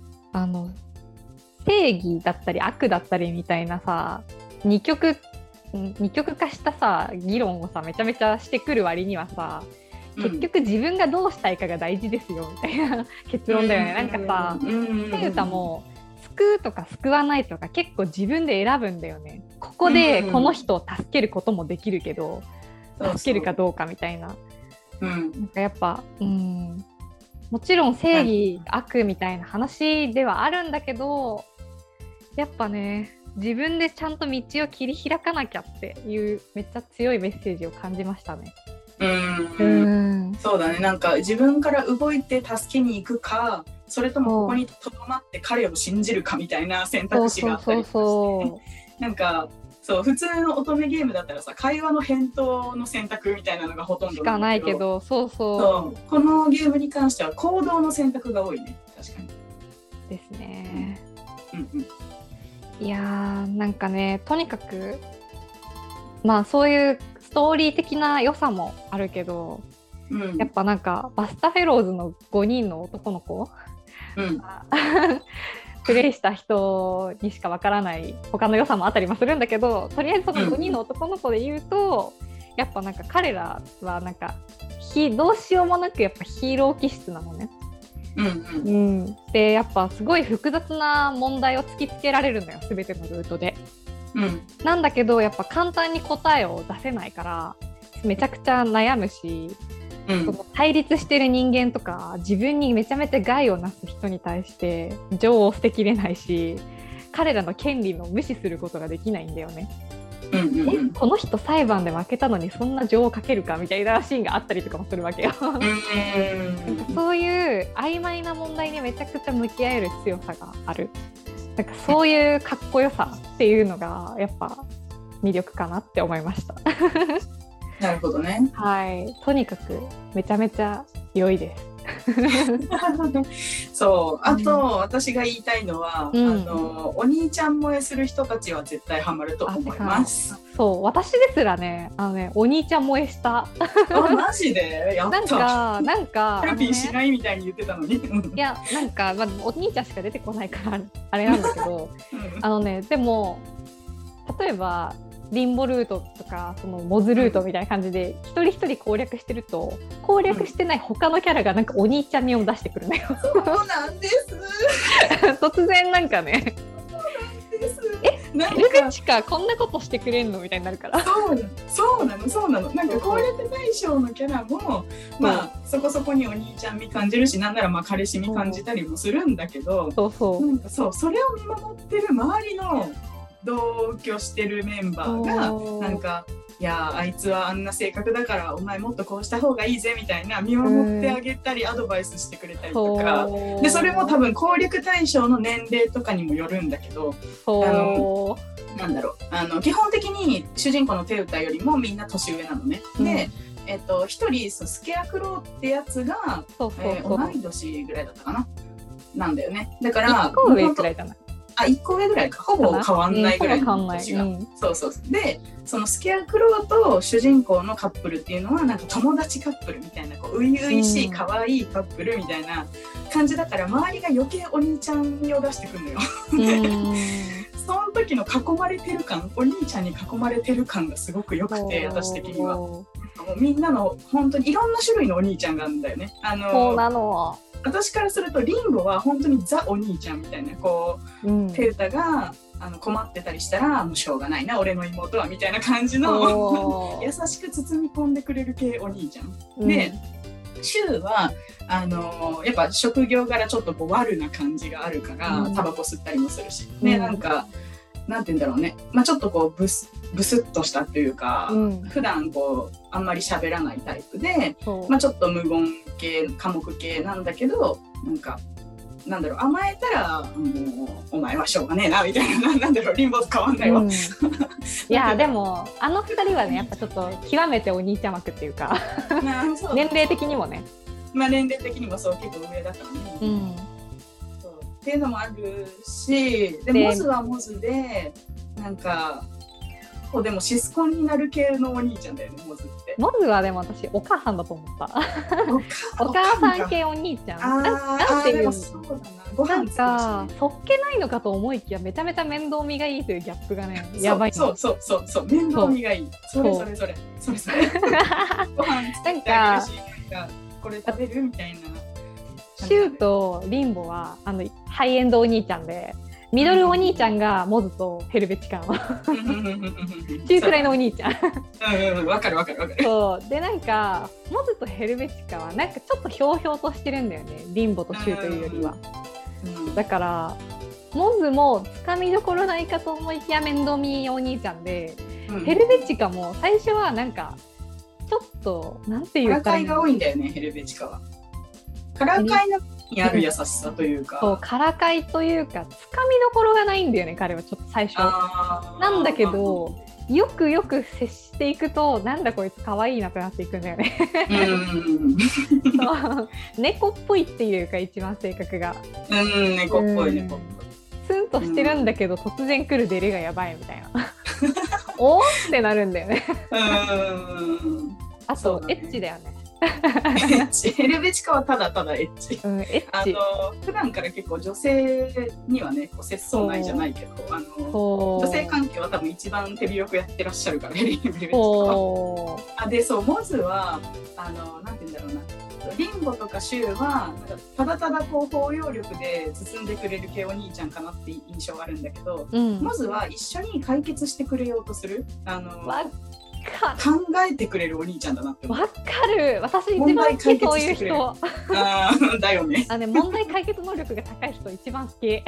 正義だったり悪だったりみたいなさ二極化したさ議論をさめちゃめちゃしてくる割にはさ、結局自分がどうしたいかが大事ですよみたいな結論だよね。なんかさ、テウタも救うとか救わないとか結構自分で選ぶんだよね。ここでこの人を助けることもできるけど、助けるかどうかみたいな。なんかやっぱもちろん正義、悪みたいな話ではあるんだけど、やっぱね自分でちゃんと道を切り開かなきゃっていうめっちゃ強いメッセージを感じましたね。 そうだね。なんか自分から動いて助けに行くか、それともここにとどまって彼を信じるかみたいな選択肢があったりとかして、なんかそう普通の乙女ゲームだったらさ、会話の返答の選択みたいなのがほとんどしかないけど、そうこのゲームに関しては行動の選択が多いね。確かにですね。 うんいやーなんかね、とにかくまあそういうストーリー的な良さもあるけど、やっぱなんかバスタフェローズの5人の男の子、プレイした人にしかわからない他の良さもあったりもするんだけど、とりあえずその5人の男の子で言うと、やっぱなんか彼らはなんかどうしようもなくやっぱヒーロー気質なのね。でやっぱすごい複雑な問題を突きつけられるのよ、全てのルートで。なんだけどやっぱ簡単に答えを出せないからめちゃくちゃ悩むし、その対立してる人間とか自分にめちゃめちゃ害をなす人に対して情を捨てきれないし、彼らの権利も無視することができないんだよね。この人裁判で負けたのにそんな情をかけるかみたいなシーンがあったりとかもするわけよ。そういう曖昧な問題にめちゃくちゃ向き合える強さがある。なんかそういうかっこよさっていうのがやっぱ魅力かなって思いました。 なるほどね。 はい、とにかくめちゃめちゃ良いです。 そう、あと、私が言いたいのは、お兄ちゃん萌えする人たちは絶対ハマると思います。 そう私ですらね、お兄ちゃん萌えした。 マジでやった。 なんかヘルピーしないみたいに言ってたのに。いやなんか、お兄ちゃんしか出てこないからあれなんだけどでも例えばリンボルートとかそのモズルートみたいな感じで一人一人攻略してると、攻略してない他のキャラがなんかお兄ちゃん味を出してくるのよ。 そうなんです。 突然なんかね、ヘルベチカこんなことしてくれんのみたいになるから。 そうなの。なんか攻略対象のキャラもそこそこにお兄ちゃん味感じるし、なんなら彼氏味感じたりもするんだけど、なんかそれを見守ってる周りの同居してるメンバーがなんか、いやあいつはあんな性格だからお前もっとこうした方がいいぜみたいな見守ってあげたりアドバイスしてくれたりとかで、それも多分攻略対象の年齢とかにもよるんだけど、なんだろう、基本的に主人公のテウタよりもみんな年上なのね。で一人スケアクローってやつが同い年ぐらいだったかな、なんだよね。だから 1個上くらいじゃない 1個上ぐらいか、ほぼ変わんないぐらいの年が、そうで、そのスケアクローと主人公のカップルっていうのはなんか友達カップルみたいな、初々しい可愛いカップルみたいな感じだから、周りが余計お兄ちゃん味を出してくるのよ。その時の囲まれてる感、お兄ちゃんに囲まれてる感がすごく良くて、私的にはもうみんなの本当にいろんな種類のお兄ちゃんがあるんだよね。 そうなの。 私からするとリンゴは本当にザお兄ちゃんみたいな、テウタが困ってたりしたらもうしょうがないな俺の妹はみたいな感じの優しく包み込んでくれる系お兄ちゃん、でシュウはやっぱ職業柄ちょっと悪な感じがあるから、タバコ吸ったりもするし、なんかなんて言うんだろうね、ちょっとブスッとしたというか、普段あんまり喋らないタイプで、ちょっと無言系寡黙系なんだけど、なんだろう、甘えたらもうお前はしょうがねえなみたいな、なんだろう、リンボと変わんないわ。 いやでも2人はねやっぱちょっと極めてお兄ちゃん枠っていうか年齢的にもね、 年齢的にもそう結構上だからね、っていうのもあるし、でモズはモズでなんかでもシスコンになる系のお兄ちゃんだよね、モズって。 モズはでも私お母さんだと思った。お母さん系お兄ちゃん。なんていうの、なんかそっけないのかと思いきやめちゃめちゃ面倒見がいいというギャップがね、やばい。 そう面倒見がいい。それ。ご飯作ってあげるし、なんかこれ食べるみたいな。 シュウとリンボはハイエンドお兄ちゃんで、ミドルお兄ちゃんがモズとヘルベチカの中くらいのお兄ちゃん。 わかる。 そうで、なんかモズとヘルベチカはなんかちょっとひょうひょうとしてるんだよね、リンボとシュウというよりは。だからモズもつかみどころないかと思いきや面倒見お兄ちゃんで、ヘルベチカも最初はなんかちょっとなんていうか、 からかいが多いんだよね、ヘルベチカは。からかいのにある優しさというか、 そうからかいというかつかみどころがないんだよね、彼はちょっと最初なんだけど、よくよく接していくとなんだこいつ可愛いなってなっていくんだよねそう猫っぽいっていうか一番性格が猫っぽい猫っぽいツンとしてるんだけど、突然来るデレがやばいみたいなおーってなるんだよねあと、エッチだよねヘルベチカはただただエッチ、 エッチ普段から結構女性にはねこう節操ないじゃないけど女性関係は多分一番手広くやってらっしゃるからヘルベチカはでそうモズはなんて言うんだろうなリンゴとかシュウはなんかただただこう包容力で包んでくれる系お兄ちゃんかなって印象があるんだけど、モズは一緒に解決してくれようとする考えてくれるお兄ちゃんだなって思う。 わかる。私一番好きそういう人。 だよね。 問題解決能力が高い人一番好き。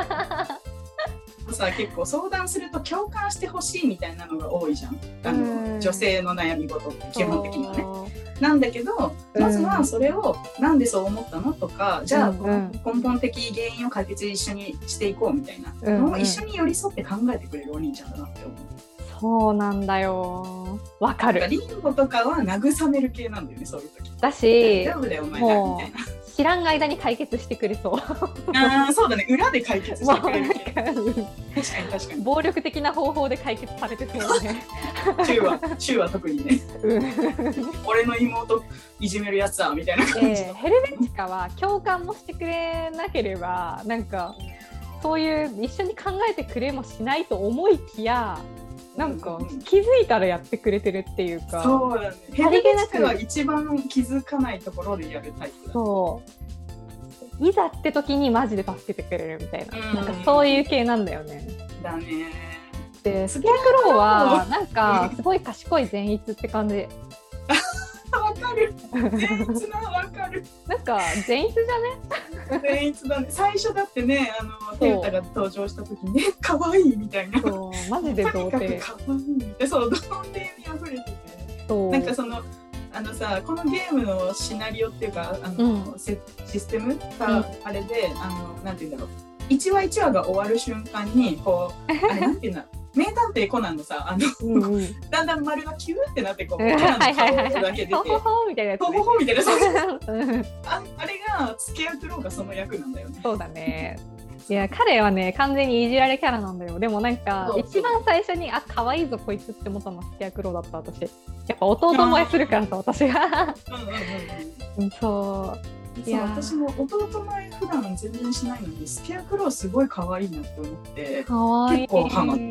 さ結構相談すると共感してほしいみたいなのが多いじゃん。女性の悩み事って基本的にはね。なんだけどまずはそれをなんでそう思ったのとか、じゃあ根本的原因を解決一緒にしていこうみたいなのを一緒に寄り添って考えてくれるお兄ちゃんだなって思う。 そうなんだよ。わかる。 リンゴとかは慰める系なんだよね、そういう時。 だし、 大丈夫だよお前らみたいな。 知らん間に解決してくれそう。 そうだね、裏で解決してくれる系。確かに確かに。 暴力的な方法で解決されてそうね。 シュウは特にね。俺の妹いじめるやつだみたいな感じ。 ヘルベチカは共感もしてくれなければ、なんかそういう一緒に考えてくれもしないと思いきや。なんか気づいたらやってくれてるっていうか、 そうだね。ヘルベチカは一番気づかないところでやるタイプだ。 そういざって時にマジで助けてくれるみたいな、なんかそういう系なんだよね。 だね。 でスケアクロウはなんかすごい賢い善逸って感じ。 わかる。善逸なわかる。 なんか善逸じゃね。善逸だね。最初だってね、テウタが登場した時にね、可愛いみたいな。 そうマジで童貞。 可愛いで、そう童貞に溢れてて。そうなんかさこのゲームのシナリオっていうかシステムがあれで、なんていうんだろう。1話1話が終わる瞬間にこうあれなんていうんだろう。名探偵コナンのさだんだん丸がキューってなってこうキャラの顔だけ出てほほほみたいなやつね。 ほほほみたいなあれがスケアクロウがその役なんだよね。 そうだね。いや彼はね完全にいじられキャラなんだよ。でもなんか一番最初に可愛いぞこいつって思ったのはスケアクロウだった私。やっぱ弟萌えするからさ私がそう。 そう私も弟前普段全然しないのにスケアクロウすごい可愛いなって思って結構ハマった。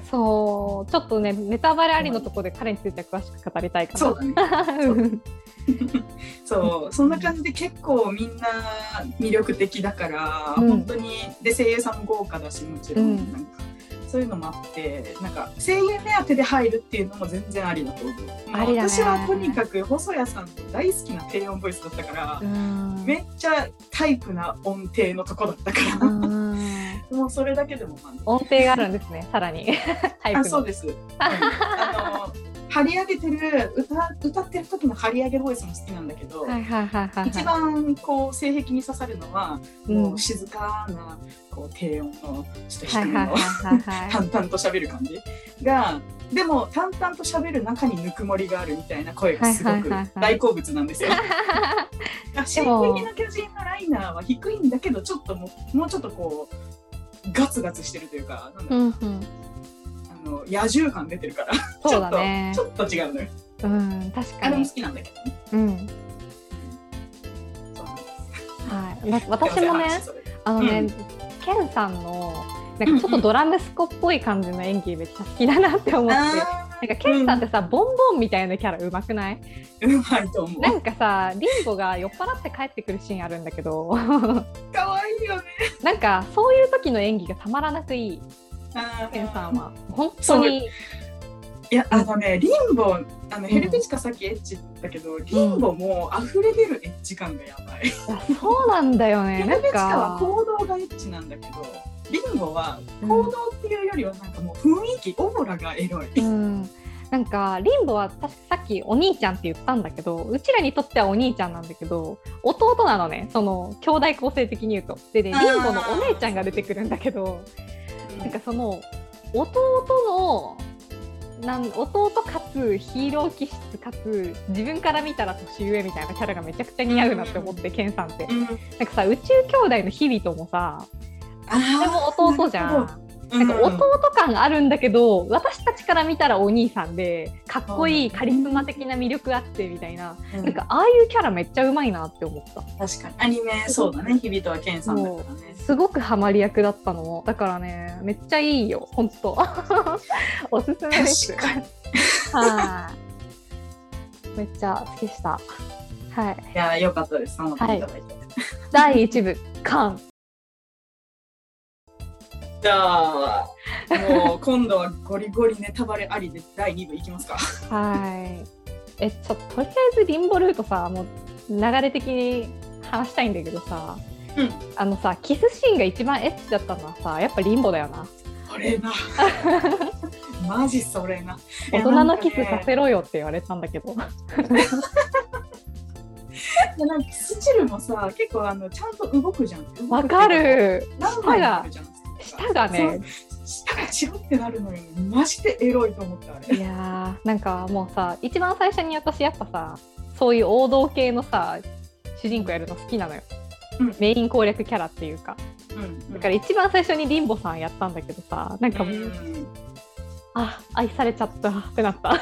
そうちょっとねネタバレありのところで彼については詳しく語りたいかな。 そうだねそうそんな感じで結構みんな魅力的だから、本当にで声優さんも豪華だしもちろん、なんかそういうのもあってなんか声優目当てで入るっていうのも全然ありだと思う。私はとにかく細谷さんの大好きな低音ボイスだったからめっちゃタイプな音程のとこだったからもうそれだけでも音程があるんですねさらにタイプの。 そうです張り上げてる歌ってる時の張り上げボイスも好きなんだけど、一番こう性癖に刺さるのは、もう静かなこう低音のちょっと低めの淡々と喋る感じがでも淡々と喋る中にぬくもりがあるみたいな声がすごく大好物なんですよ。進撃の巨人のライナーは低いんだけどちょっともうちょっとこうガツガツしてるというかなんだろう、野獣感出てるからそうだ、ね、ちょっと違うのよ。 確かにあれも好きなんだけどね。 そうなんです。はい。私もねケンさんのなんかちょっとドラムスコっぽい感じの演技めっちゃ好きだなって思って。なんかケンさんってさ、ボンボンみたいなキャラうまくない？ うまいと思う。 なんかさ、リンゴが酔っ払って帰ってくるシーンあるんだけど、 可愛いよね。 なんかそういう時の演技がたまらなくいい。ケンさんは本当に。 いやリンボヘルベチカさっきエッチだけど、リンボも溢れ出るエッチ感がやばい。 そうなんだよね。 ヘルベチカは行動がエッチなんだけど、リンゴは行動っていうよりはなんかもう雰囲気、オーラがエロい。 なんかリンボは確かさっきお兄ちゃんって言ったんだけど、うちらにとってはお兄ちゃんなんだけど、弟なのね、その兄弟構成的に言うと。でね、リンボのお姉ちゃんが出てくるんだけど、なんかその弟かつヒーロー気質かつ自分から見たら年上みたいなキャラがめちゃくちゃ似合うなって思って、ケンさんって。なんかさ、宇宙兄弟のヒビトもさ、でも弟じゃん。なんか弟感あるんだけど、私たちから見たらお兄さんでかっこいいカリスマ的な魅力あってみたいな、なんかああいうキャラめっちゃうまいなって思った。 確かにアニメそうだね、日々とはケンさんだからね。 すごくハマり役だったのだからね、めっちゃいいよ本当おすすめです。はい、めっちゃ好きでした。はい。 いや良かったです。そのはい、第1部完。 じゃあもう今度はゴリゴリネタバレありで第2部いきますか。 はい。とりあえずリンボルートさ、もう流れ的に話したいんだけどさ、あのさ、キスシーンが一番エッチだったのはさ、やっぱリンボだよな。 それなマジそれな。 大人のキスさせろよって言われたんだけどなんかスチルもさ、結構ちゃんと動くじゃん。 わかる。 舌がね、舌がチロってなるのにマジでエロいと思った。あれ、 いやー、なんかもうさ、一番最初に私やっぱさ、そういう王道系のさ主人公やるの好きなのよ、メイン攻略キャラっていうか、だから一番最初にリンボさんやったんだけどさ、なんかもう、愛されちゃったってなった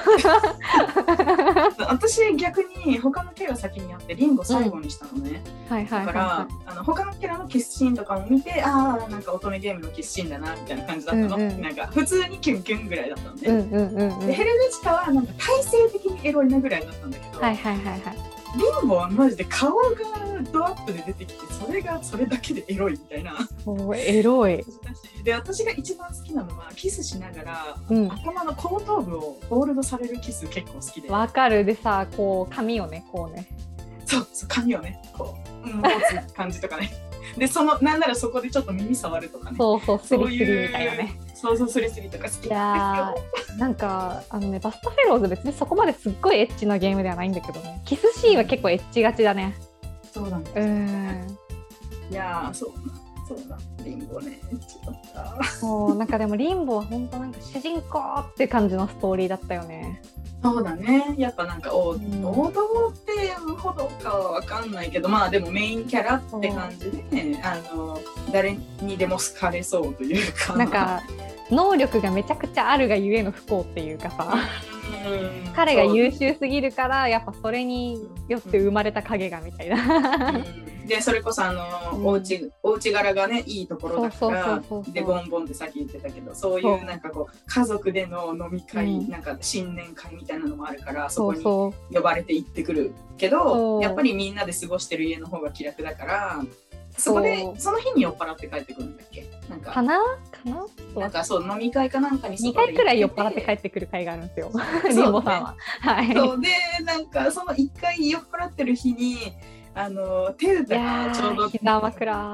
私逆に他のキャラ先にやってリンボ最後にしたのね、だから他のキャラのキスシーンとかも見て、なんか乙女ゲームのキスシーンだなみたいな感じだったの、なんか普通にキュンキュンぐらいだったのね、でヘルベチカはなんか体勢的にエロいなぐらいだったんだけど、リンボはマジで顔がドアップで出てきて、それだけでエロいみたいな。 エロい。 で、私が一番好きなのはキスしながら、頭の後頭部をホールドされるキス結構好きで。 わかる。でさ、こう髪をね、こうね。 そう髪をね、こう持つ感じとかね。で、なんならそこでちょっと耳触るとかね。 スリスリみたいなね。 スリスリとか好きなんですよ。いやなんかバスタフェローズ別にそこまですっごいエッチなゲームではないんだけどね、キスシーンは結構エッチがちだね。 そうなんですよね。いやそうだ、リンボね、エッチだった。そう、 なんかでもリンボは本当なんか主人公って感じのストーリーだったよね。 そうだね、やっぱなんか王道ってほどかは分かんないけど、まあでもメインキャラって感じで、誰にでも好かれそうというか、 なんか能力がめちゃくちゃあるがゆえの不幸っていうかさ、彼が優秀すぎるからやっぱそれによって生まれた影がみたいな、 でそれこそお家柄がねいいところだからでボンボンってさっき言ってたけど、そういうなんかこう家族での飲み会、なんか新年会みたいなのもあるから、そこに呼ばれて行ってくるけど、やっぱりみんなで過ごしてる家の方が気楽だから、そこでその日に酔っ払って帰ってくるんだっけ、なんかなんかそう飲み会かなんかに 2回くらい酔っ払って帰ってくる会があるんですよ、リンボさんは。 そうで、なんかその1回酔っ払ってる日に手歌がちょうど膝枕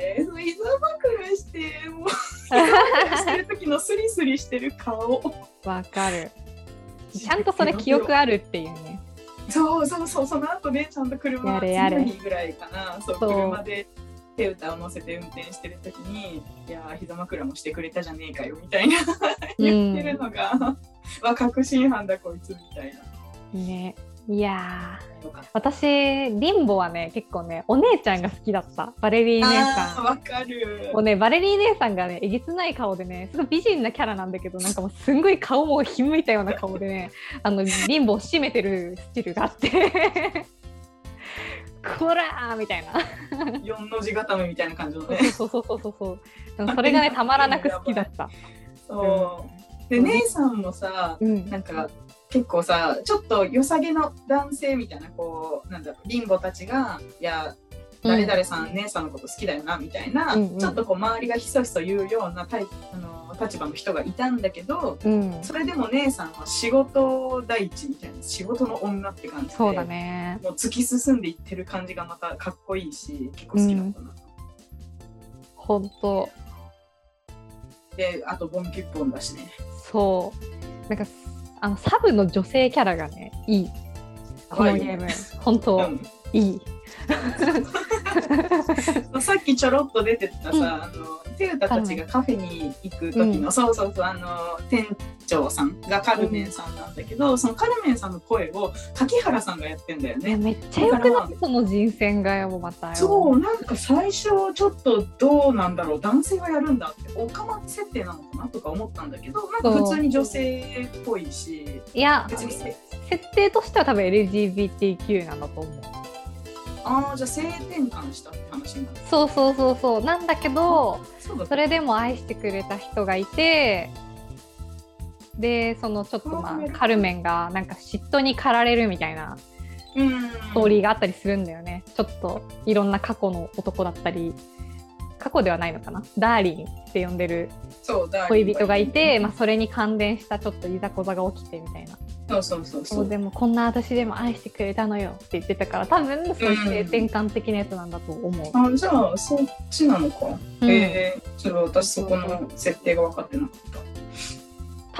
してもう膝枕してる時のスリスリしてる顔わかる。ちゃんとそれ記憶あるっていうね。 そうその後ね、ちゃんと車次の日ぐらいかな、車で手歌を乗せて運転してる時に、いや膝枕もしてくれたじゃねえかよみたいな言ってるのが、確信犯だこいつみたいなね。いや私リンボはね結構ねお姉ちゃんが好きだった。バレリー姉さん。 わかる。 もうねバレリー姉さんがねえげつない顔でね、すごい美人なキャラなんだけど、なんかもうすんごい顔もひむいたような顔でねリンボを締めてるスチルがあってこらーみたいな 4の字固めみたいな感じのね。 そうそれがねたまらなく好きだった。 そうで姉さんもさ、なんか結構さちょっと良さげの男性みたいな、こうなんだろう、リンボたちがいや誰々さん、姉さんのこと好きだよなみたいな、ちょっとこう周りがひそひそ言うような立場の人がいたんだけど、それでも姉さんは仕事第一みたいな、仕事の女って感じで、 そうだね、 もう突き進んでいってる感じがまたかっこいいし結構好きだったな。 本当で、 あとボンキュッポンだしね。 そうなんかサブの女性キャラがねいい。このゲーム本当いい。 さっきちょろっと出てたさ、テウタたちがカフェに行く時の、そう店長さんがカルメンさんなんだけど、そのカルメンさんの声を柿原さんがやってんだよね。 めっちゃよくない？その人選がよ、またよ。 そう、なんか最初ちょっとどうなんだろう、男性がやるんだってオカマ設定なのかなとか思ったんだけど、なんか普通に女性っぽいし、 いや別に設定としては多分 LGBTQ なんだと思う。 じゃあ性転換したって話になる。 そうなんだけど、それでも愛してくれた人がいて、でそのちょっとカルメンがなんか嫉妬に駆られるみたいなストーリーがあったりするんだよね。ちょっといろんな過去の男だったり、過去ではないのかな、ダーリンって呼んでる恋人がいて、それに関連したちょっといざこざが起きてみたいな。そうでもこんな私でも愛してくれたのよって言ってたから、多分そういう性転換的なやつなんだと思う。 じゃあそっちなのか。ちょっと私そこの設定が分かってなかった。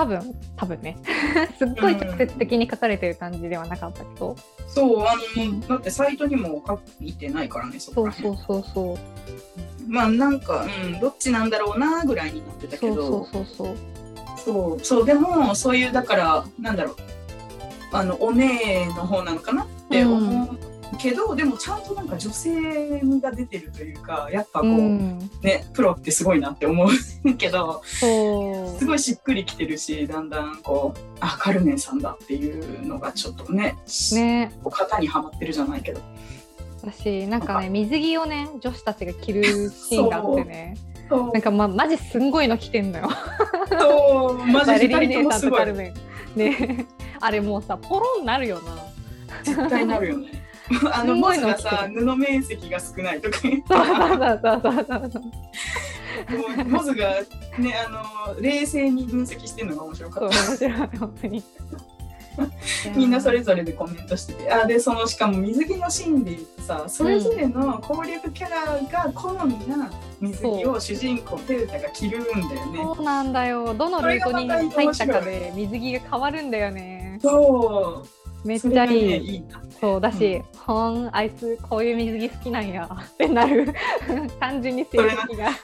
多分ねすっごい直接的に書かれてる感じではなかったけど、 そうだってサイトにも書いてないからね、そこら辺。そうなんか、どっちなんだろうなぐらいになってたけど、そうでもそういうだからなんだろう、お姉の方なのかなって思うけど、でもちゃんとなんか女性味が出てるというか、やっぱこう、ね、プロってすごいなって思うけど、すごいしっくりきてるし、だんだんこうカルメンさんだっていうのがちょっとね型にはまってるじゃないけど、 私なんかね、水着をね女子たちが着るシーンがあってね、なんかマジすんごいの着てんのよ。 マジ 2人ともすごい。カルメンね、あれもうさポロンなるよな。 絶対なるよね。モズがさ、布面積が少ないとか言って、モズがね、冷静に分析してるのが面白かった。 面白い本当に。 みんなそれぞれでコメントしてて、でそのしかも水着のシーンで言うとさ、それぞれの攻略キャラが好みな水着を主人公テウタが着るんだよね。 そうなんだよ。どのルートに入ったかで水着が変わるんだよね。 そうめっちゃいい。そうだし、あいつこういう水着好きなんやってなる。単純に性癖が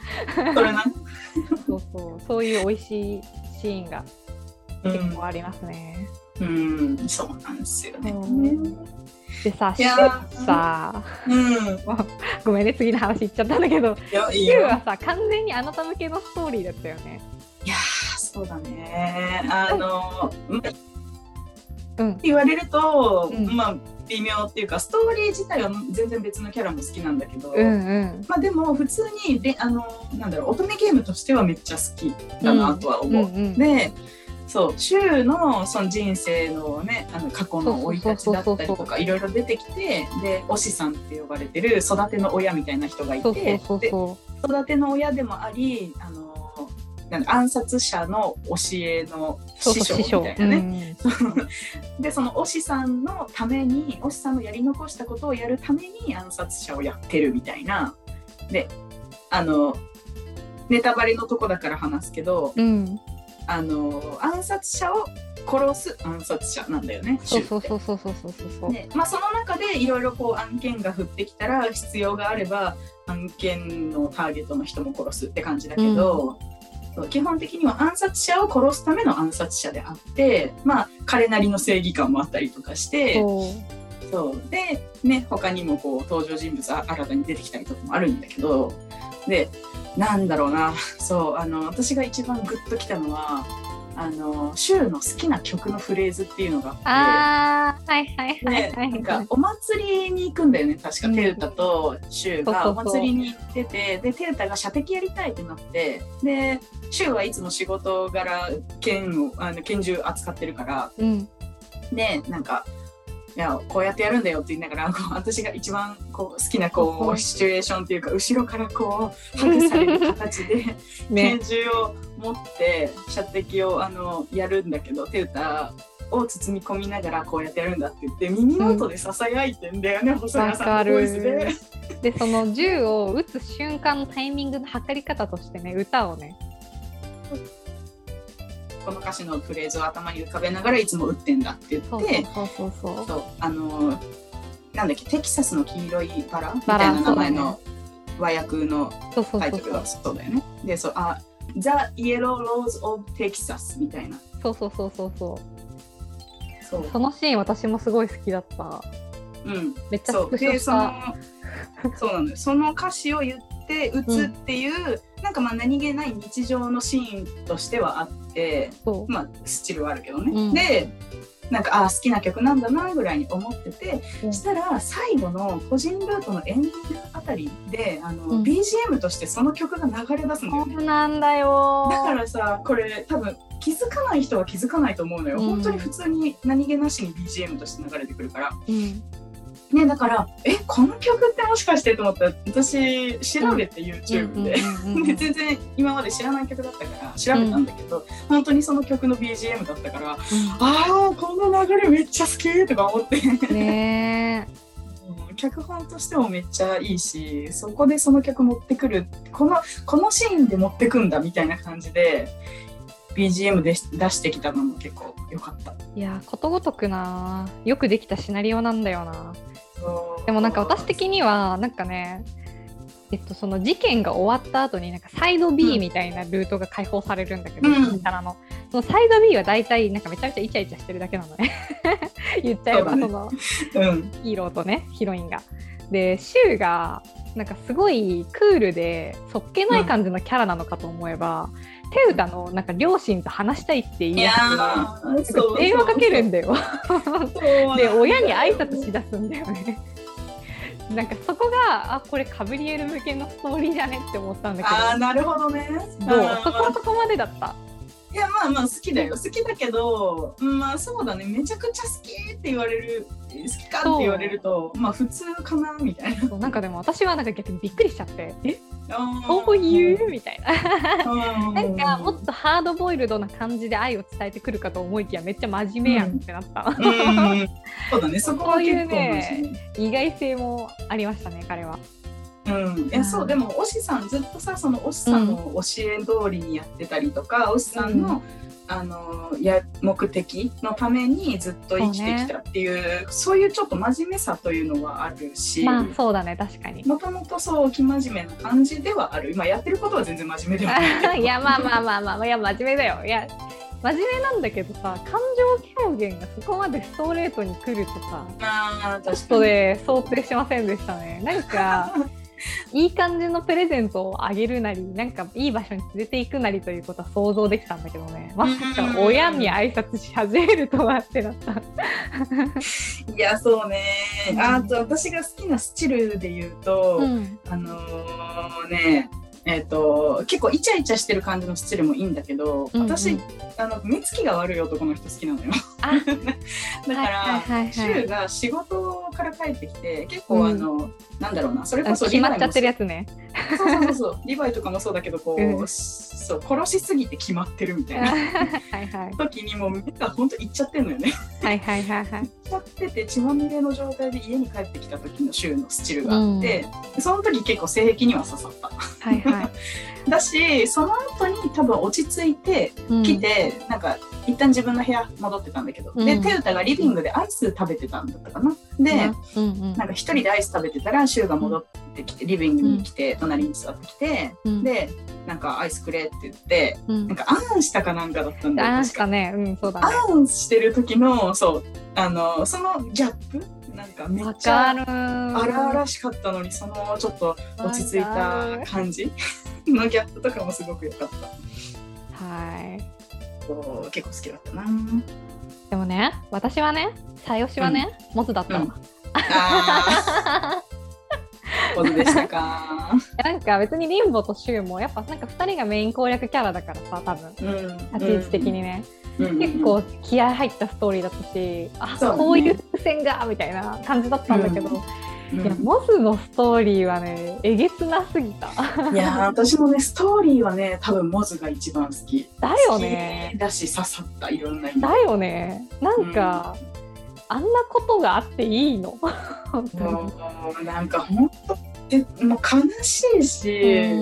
そういう美味しいシーンが結構ありますね。 そうなんですよね。 でさ、シュウさ、ごめんね次の話いっちゃったんだけど、シュウはさ完全にあなた向けのストーリーだったよね。 いやそうだね。言われると、微妙っていうか、ストーリー自体は全然別のキャラも好きなんだけど、でも普通になんだろう、乙女ゲームとしてはめっちゃ好きだなとは思う。でそうシュウのその人生のね、過去の生い立ちだったりとかいろいろ出てきて、でお師さんって呼ばれてる育ての親みたいな人がいて、で育ての親でもあり暗殺者の教えの師匠みたいなね。でそのお師さんのために、お師さんのやり残したことをやるために暗殺者をやってるみたいな。でネタバレのとこだから話すけど、暗殺者を殺す暗殺者なんだよね。その中でいろいろこう案件が降ってきたら、必要があれば案件のターゲットの人も殺すって感じだけど、基本的には暗殺者を殺すための暗殺者であって、彼なりの正義感もあったりとかして、でね、他にもこう登場人物新たに出てきたりとかもあるんだけど、でなんだろうな、私が一番グッときたのはシュウの好きな曲のフレーズっていうのがあって、なんかお祭りに行くんだよね、確かテウタとシュウがお祭りに行ってて、でテウタが射的やりたいってなって、でシュウはいつも仕事柄拳銃扱ってるから、でなんかいやこうやってやるんだよって言いながら、私が一番好きなシチュエーションっていうか、後ろからハグされる形で拳銃を持って射的をやるんだけど、テウタを包み込みながらこうやってやるんだって言って耳元でささやいてんだよね、細谷さんのボイスで。 でその銃を撃つ瞬間のタイミングの測り方としてね、歌をねこの歌詞のフレーズを頭に浮かべながらいつも打ってんだって言って、なんだっけ、テキサスの黄色いバラみたいな名前の和訳のタイトルはそうだよね。で、The Yellow Rose of Texas みたいな。 そうそのシーン私もすごい好きだった。めっちゃスクショした。 そうなのよ。その歌詞を言って打つっていう、なんかまあ何気ない日常のシーンとしてはあって、まあスチルはあるけどね。で、なんか好きな曲なんだなぐらいに思ってて、したら最後の個人ルートのエンディングあたりでBGM としてその曲が流れ出すんだよね。 そうなんだよ。 だからさ、これ多分気づかない人は気づかないと思うのよ。本当に普通に何気なしに BGM として流れてくるから。ね、だからこの曲ってもしかしてと思ったら私調べて YouTube で全然今まで知らない曲だったから調べたんだけど、本当にその曲の BGM だったから、この流れめっちゃ好きとか思ってね脚本としてもめっちゃいいし、そこでその曲持ってくる、このシーンで持ってくんだみたいな感じでBGM で出してきたのも結構良かった。 いや、ことごとくな、よくできたシナリオなんだよな。でもなんか私的にはなんかね、その事件が終わった後になんかサイド B みたいなルートが解放されるんだけど、そのサイド B はだいたいなんかめちゃめちゃイチャイチャしてるだけなのね言っちゃえば、そのヒーローとねヒロインが。でシュウがなんかすごいクールでそっけない感じのキャラなのかと思えば、テウタのなんか両親と話したいって言い出して電話かけるんだよで親に挨拶しだすんだよねなんかそこがこれカブリエル向けのストーリーじゃねって思ったんだけど。 なるほどね。 そこまでだった。 いや、まあまあ好きだよ、好きだけど、まあそうだね、めちゃくちゃ好きって言われる、好きかって言われるとまあ普通かなみたいな。 なんかでも私はなんか逆にびっくりしちゃって、そういうみたいななんかもっとハードボイルドな感じで愛を伝えてくるかと思いきやめっちゃ真面目やんってなった、 そうだね、そこは結構ね、意外性もありましたね、彼は。 そう、でもオシさんずっとさ、そのオシさんの教え通りにやってたりとか、オシさんの、目的のためにずっと生きてきたっていう、そういうちょっと真面目さというのはあるし、 まあそうだね、確かに。 もともとそう生真面目な感じではある。今やってることは全然真面目ではないいやまあいや真面目だよ。いや真面目なんだけどさ、感情表現がそこまでストレートに来るとさ、ちょっとね想定しませんでしたね。なんかいい感じのプレゼントをあげるなり、なんかいい場所に連れて行くなりということは想像できたんだけどね、まさか親に挨拶し始めるとはってなったいや、そうね。あと私が好きなスチルで言うと、結構イチャイチャしてる感じのスチルもいいんだけど、私目つきが悪い男の人好きなのよだからシュウが仕事から帰ってきて結構なんだろうな、それこそ決まっちゃってるやつね。 そうリヴァイとかもそうだけど、こう、そう殺しすぎて決まってるみたいな時にもう目が本当いっちゃってるのよね。いっちゃってて血まみれの状態で家に帰ってきた時のシュウのスチルがあって、その時結構性癖には刺さっただし、その後に多分落ち着いてきて、なんか一旦自分の部屋戻ってたんだけど、でテウタがリビングでアイス食べてたんだったかな。で、なんか一人でアイス食べてたらシュウが戻ってきてリビングに来て、隣に座ってきて、でなんかアイスくれって言って、なんかあんしたかなんかだったんだよ。 あんしたね、そうだね。 あんしてる時のそのギャップ、なんかめっちゃ荒々しかったのに、そのちょっと落ち着いた感じのギャップとかもすごく良かった。結構好きだったな。 でもね、私はね、最推しはね、モズだったわ。 モズでしたか。 なんか別にリンボとシュウもやっぱなんか2人がメイン攻略キャラだからさ、多分立ち位置的にね、結構気合入ったストーリーだったし、こういう伏線がみたいな感じだったんだけど、いやモズのストーリーはねえげつなすぎた。 いや私もねストーリーはね多分モズが一番好きだよね。 だし刺さった、いろんな意味だよね。なんか、あんなことがあっていいの本当になんか本当もう悲しいし、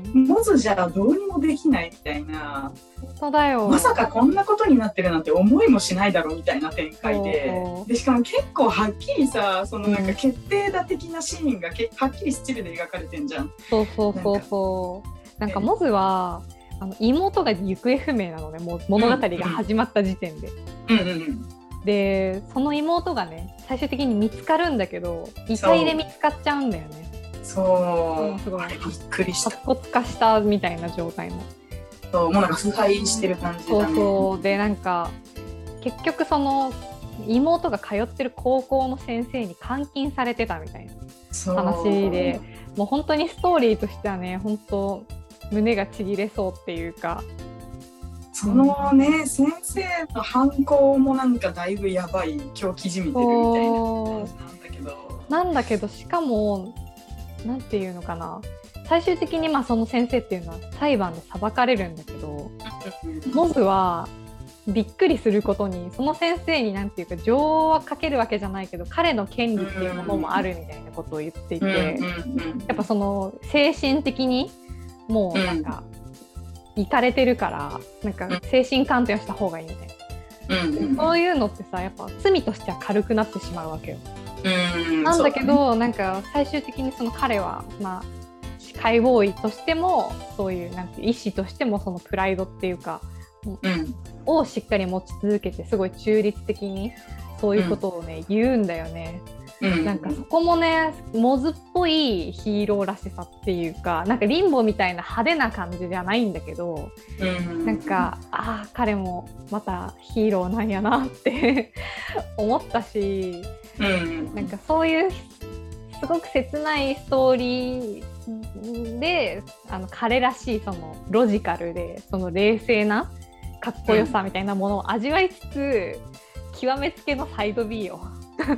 モズじゃどうにもできないみたいな、 本当だよ、 まさかこんなことになってるなんて思いもしないだろうみたいな展開で、しかも結構はっきりさ、そのなんか決定打的なシーンがはっきりスチルで描かれてんじゃん。 なんかモズは妹が行方不明なのね、もう物語が始まった時点で。でその妹がね最終的に見つかるんだけど、遺体で見つかっちゃうんだよね。 そうすごいびっくりした。 白骨化したみたいな状態の。 そうもうなんか腐敗してる感じだね。 でなんか結局その妹が通ってる高校の先生に監禁されてたみたいな話で、もう本当にストーリーとしてはね、本当胸がちぎれそうっていうか、 そのね、先生の犯行もなんかだいぶやばい、今日記事見てるみたいな感じなんだけど、 しかもなんていうのかな、最終的にその先生っていうのは裁判で裁かれるんだけど、モズはびっくりすることにその先生になんていうか情はかけるわけじゃないけど、彼の権利っていうものもあるみたいなことを言っていて、やっぱその精神的にもうなんかいかれてるから、なんか精神鑑定をした方がいいみたいな、そういうのってさ、やっぱ罪としては軽くなってしまうわけよ。なんだけど、なんか最終的にその彼は解剖医としてもそういうなんて医師としてもそのプライドっていうか、をしっかり持ち続けて、すごい中立的にそういうことをね、言うんだよね。なんかそこもね、モズっぽいヒーローらしさっていうか、なんかリンボみたいな派手な感じじゃないんだけど、なんか彼もまたヒーローなんやなって思ったし、なんかそういうすごく切ないストーリーで、彼らしいそのロジカルでその冷静なかっこよさみたいなものを味わいつつ、極めつけのサイド B を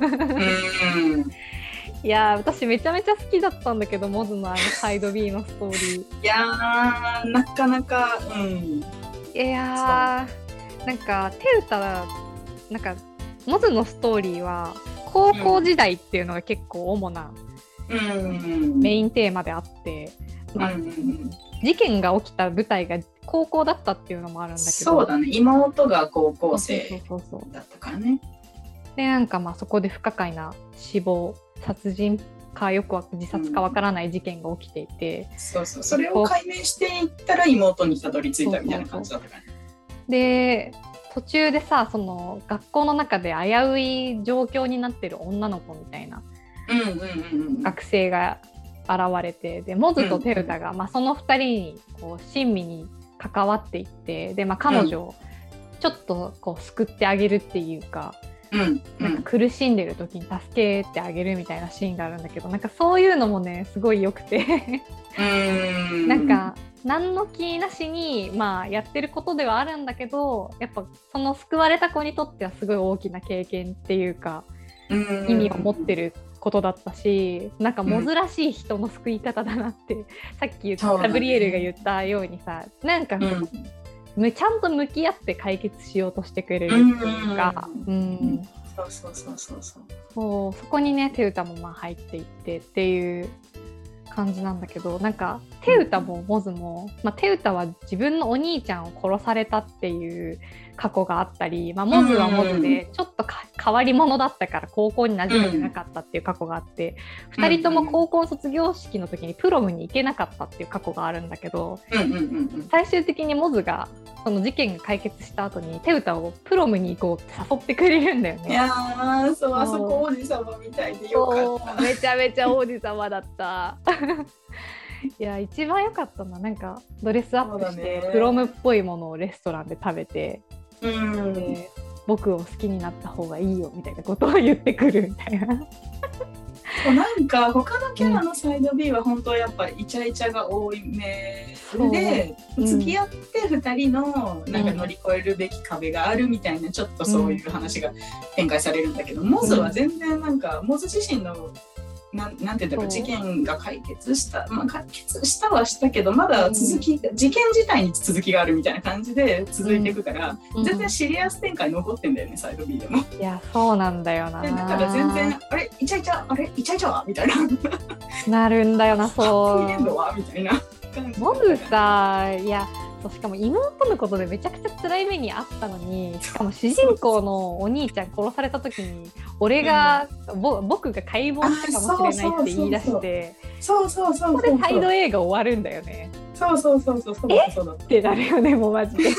いや私めちゃめちゃ好きだったんだけど、モズのサイド B のストーリー。 いやーなかなか、 いやーなんかテウタ、なんかモズのストーリーは高校時代っていうのが結構主なメインテーマであって、事件が起きた舞台が高校だったっていうのもあるんだけど、 そうだね、妹が高校生だったからね。 でなんかそこで不可解な死亡、殺人かよくは自殺かわからない事件が起きていて、 それを解明していったら妹にたどり着いたみたいな感じだったからね。 で途中でさ、その学校の中で危うい状況になってる女の子みたいな学生が現れて、でモズとテウタが、その2人にこう親身に関わっていって、で、彼女をちょっとこう救ってあげるっていうか、なんか苦しんでる時に助けてあげるみたいなシーンがあるんだけど、なんかそういうのもねすごい良くてなんか何の気なしにやってることではあるんだけど、やっぱその救われた子にとってはすごい大きな経験っていうか、意味を持ってることだったし、なんかモズらしい人の救い方だなって、さっき言ったガブリエルが言ったようにさ、なんか、ちゃんと向き合って解決しようとしてくれるっていうか、そこにねテウタも入っていってっていう感じなんだけど、なんかテウタもモズも、テウタは自分のお兄ちゃんを殺されたっていう過去があったり、モズはモズでちょっと変わり者だったから高校に馴染めてなかったっていう過去があって、2人とも高校卒業式の時にプロムに行けなかったっていう過去があるんだけど、最終的にモズがその事件が解決した後にテウタをプロムに行こうって誘ってくれるんだよね。 いやーそう、あそこ王子様みたいでよかった。 めちゃめちゃ王子様だったいや一番良かったのはなんかドレスアップしてプロムっぽいものをレストランで食べて、で僕を好きになった方がいいよみたいなことを言ってくるみたいななんか他のキャラのサイド B は本当やっぱイチャイチャが多いめで、付き合って2人のなんか乗り越えるべき壁があるみたいな、ちょっとそういう話が展開されるんだけど、モズは全然なんかモズ自身のなんていうんだろう、事件が解決した、解決したはしたけどまだ続き、事件自体に続きがあるみたいな感じで続いていくから、全然シリアス展開残ってんだよね、サイド B でも。いやそうなんだよな。 だから全然あれイチャイチャみたいななるんだよな。そうハッピーエンドはみたいな。 感じ。 モズさ、いやしかも妹のことでめちゃくちゃ辛い目にあったのに、しかも主人公のお兄ちゃん殺された時に俺が、僕が解剖したかもしれないって言い出して、 そこでサイド映画終わるんだよね。 そうってなるよね、もうマジで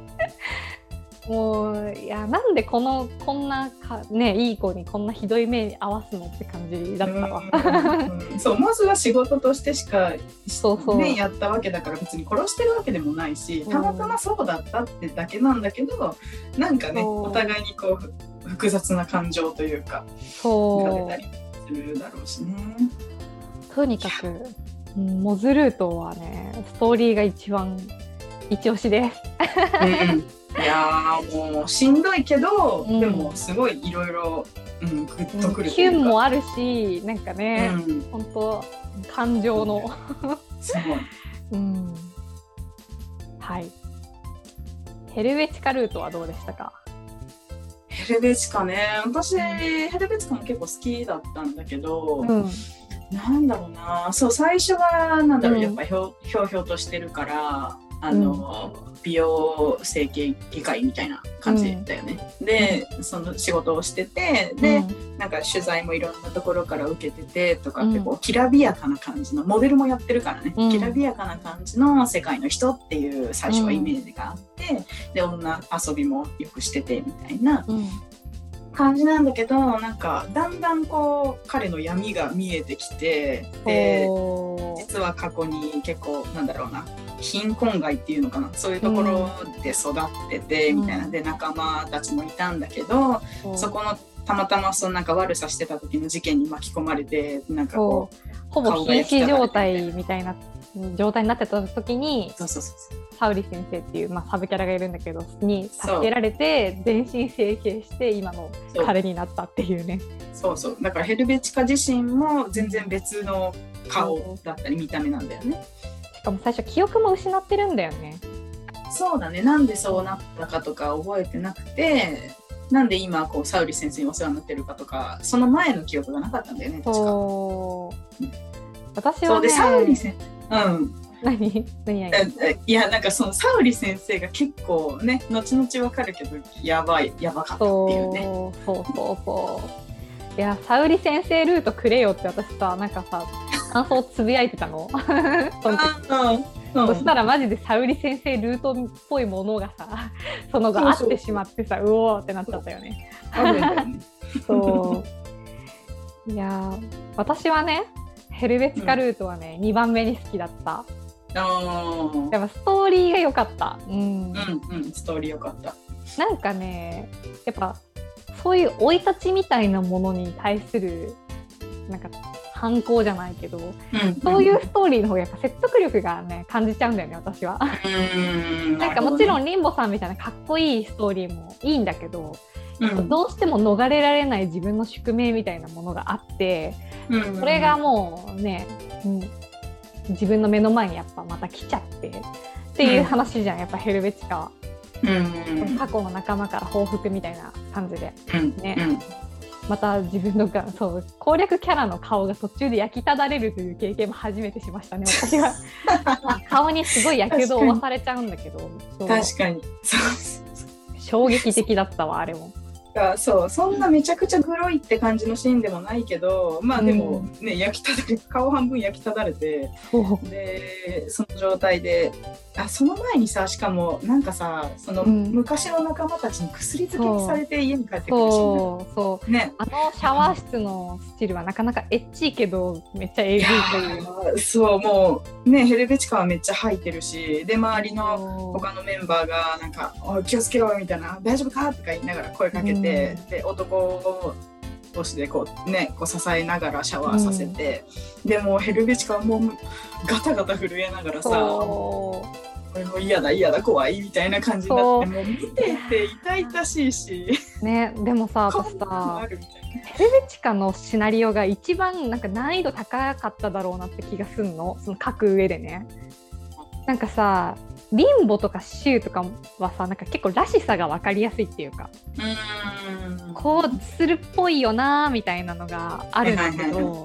もういや、なんでこんなね、いい子にこんなひどい目に合わすのって感じだったわ。 そう、まずは仕事としてしかね、やったわけだから別に殺してるわけでもないし、たまたまそうだったってだけなんだけど、なんかね、お互いにこう複雑な感情というかが出たりするだろうしね。 とにかくモズルートはね、ストーリーが一番一押しです。 いやもうしんどいけど、でもすごいいろいろグッとくるキュンもあるし、なんかね、本当感情のすごい。 はい。ヘルベチカルートはどうでしたか？ ヘルベチカね、私ヘルベチカも結構好きだったんだけど、なんだろうな、そう最初はなんだろう、やっぱひょうとしてるから美容整形外科医みたいな感じだよね。でその仕事をしてて、でなんか取材もいろんなところから受けててとかって、こうきらびやかな感じのモデルもやってるからね、きらびやかな感じの世界の人っていう最初はイメージがあって、で女遊びもよくしててみたいな感じなんだけど、なんかだんだんこう彼の闇が見えてきて、で実は過去に結構なんだろうな、貧困街っていうのかな、そういうところで育っててみたいな、で仲間たちもいたんだけど、そこのたまたまそのなんか悪さしてた時の事件に巻き込まれて、なんかこうほぼ瀕死状態みたいな状態になってた時に、サウリ先生っていう、サブキャラがいるんだけどに助けられて全身整形して今の彼になったっていうね。 そうだからヘルベチカ自身も全然別の顔だったり見た目なんだよね。 しかも最初記憶も失ってるんだよね。 そうだね、なんでそうなったかとか覚えてなくて、なんで今こうサウリ先生にお世話になってるかとか、その前の記憶がなかったんだよね。確か。 私はね、 そうでサウリ先生、 何いや、なんかそのサウリ先生が結構ね、後々わかるけどやばかったっていうね。いや、サウリ先生ルートくれよって私さ、なんかさ感想をつぶやいてたのそしたらマジでサウリ先生ルートっぽいものがさ、その後あってしまってさ、うおーってなっちゃったよね。いや私はね、ヘルベチカルートはね、2番目に好きだった。やっぱストーリーが良かった。 ストーリー良かった。 なんかね、やっぱそういう生い立ちみたいなものに対するなんか反抗じゃないけど、そういうストーリーの方がやっぱ説得力がね感じちゃうんだよね、私は。なんかもちろんリンボさんみたいなかっこいいストーリーもいいんだけど、どうしても逃れられない自分の宿命みたいなものがあって、それがもうね、自分の目の前にやっぱまた来ちゃってっていう話じゃん、やっぱヘルベチカは。過去の仲間から報復みたいな感じで、また自分の攻略キャラの顔が途中で焼きただれるという経験も初めてしましたね、私は。顔にすごいやけどを負わされちゃうんだけど、 確かに衝撃的だったわ、あれも。 そんなめちゃくちゃグロいって感じのシーンでもないけど、でもね、顔半分焼きただれて、でその状態で、その前にさ、しかもなんかさ、その昔の仲間たちに薬漬けにされて家に帰ってくるシーン、ね、 シャワー室のスチルはなかなかエッチいけどめっちゃえぐいという。 そう、もうね、ヘルベチカはめっちゃ吐いてるし、で周りの他のメンバーがなんか気をつけろみたいな、大丈夫かとか言いながら声かけて、で男同士でこう支えながらシャワーさせて、でもヘルベチカはもうガタガタ震えながらさ、これも嫌だ怖いみたいな感じになって、もう見てて痛々しいしね。でもさ、私さ、ヘルベチカのシナリオが一番なんか難易度高かっただろうなって気がすんの、その書く上でね。なんかさ、リンボとかシューとかはさ、なんか結構らしさが分かりやすいっていうか、こうするっぽいよなみたいなのがあるんだけど、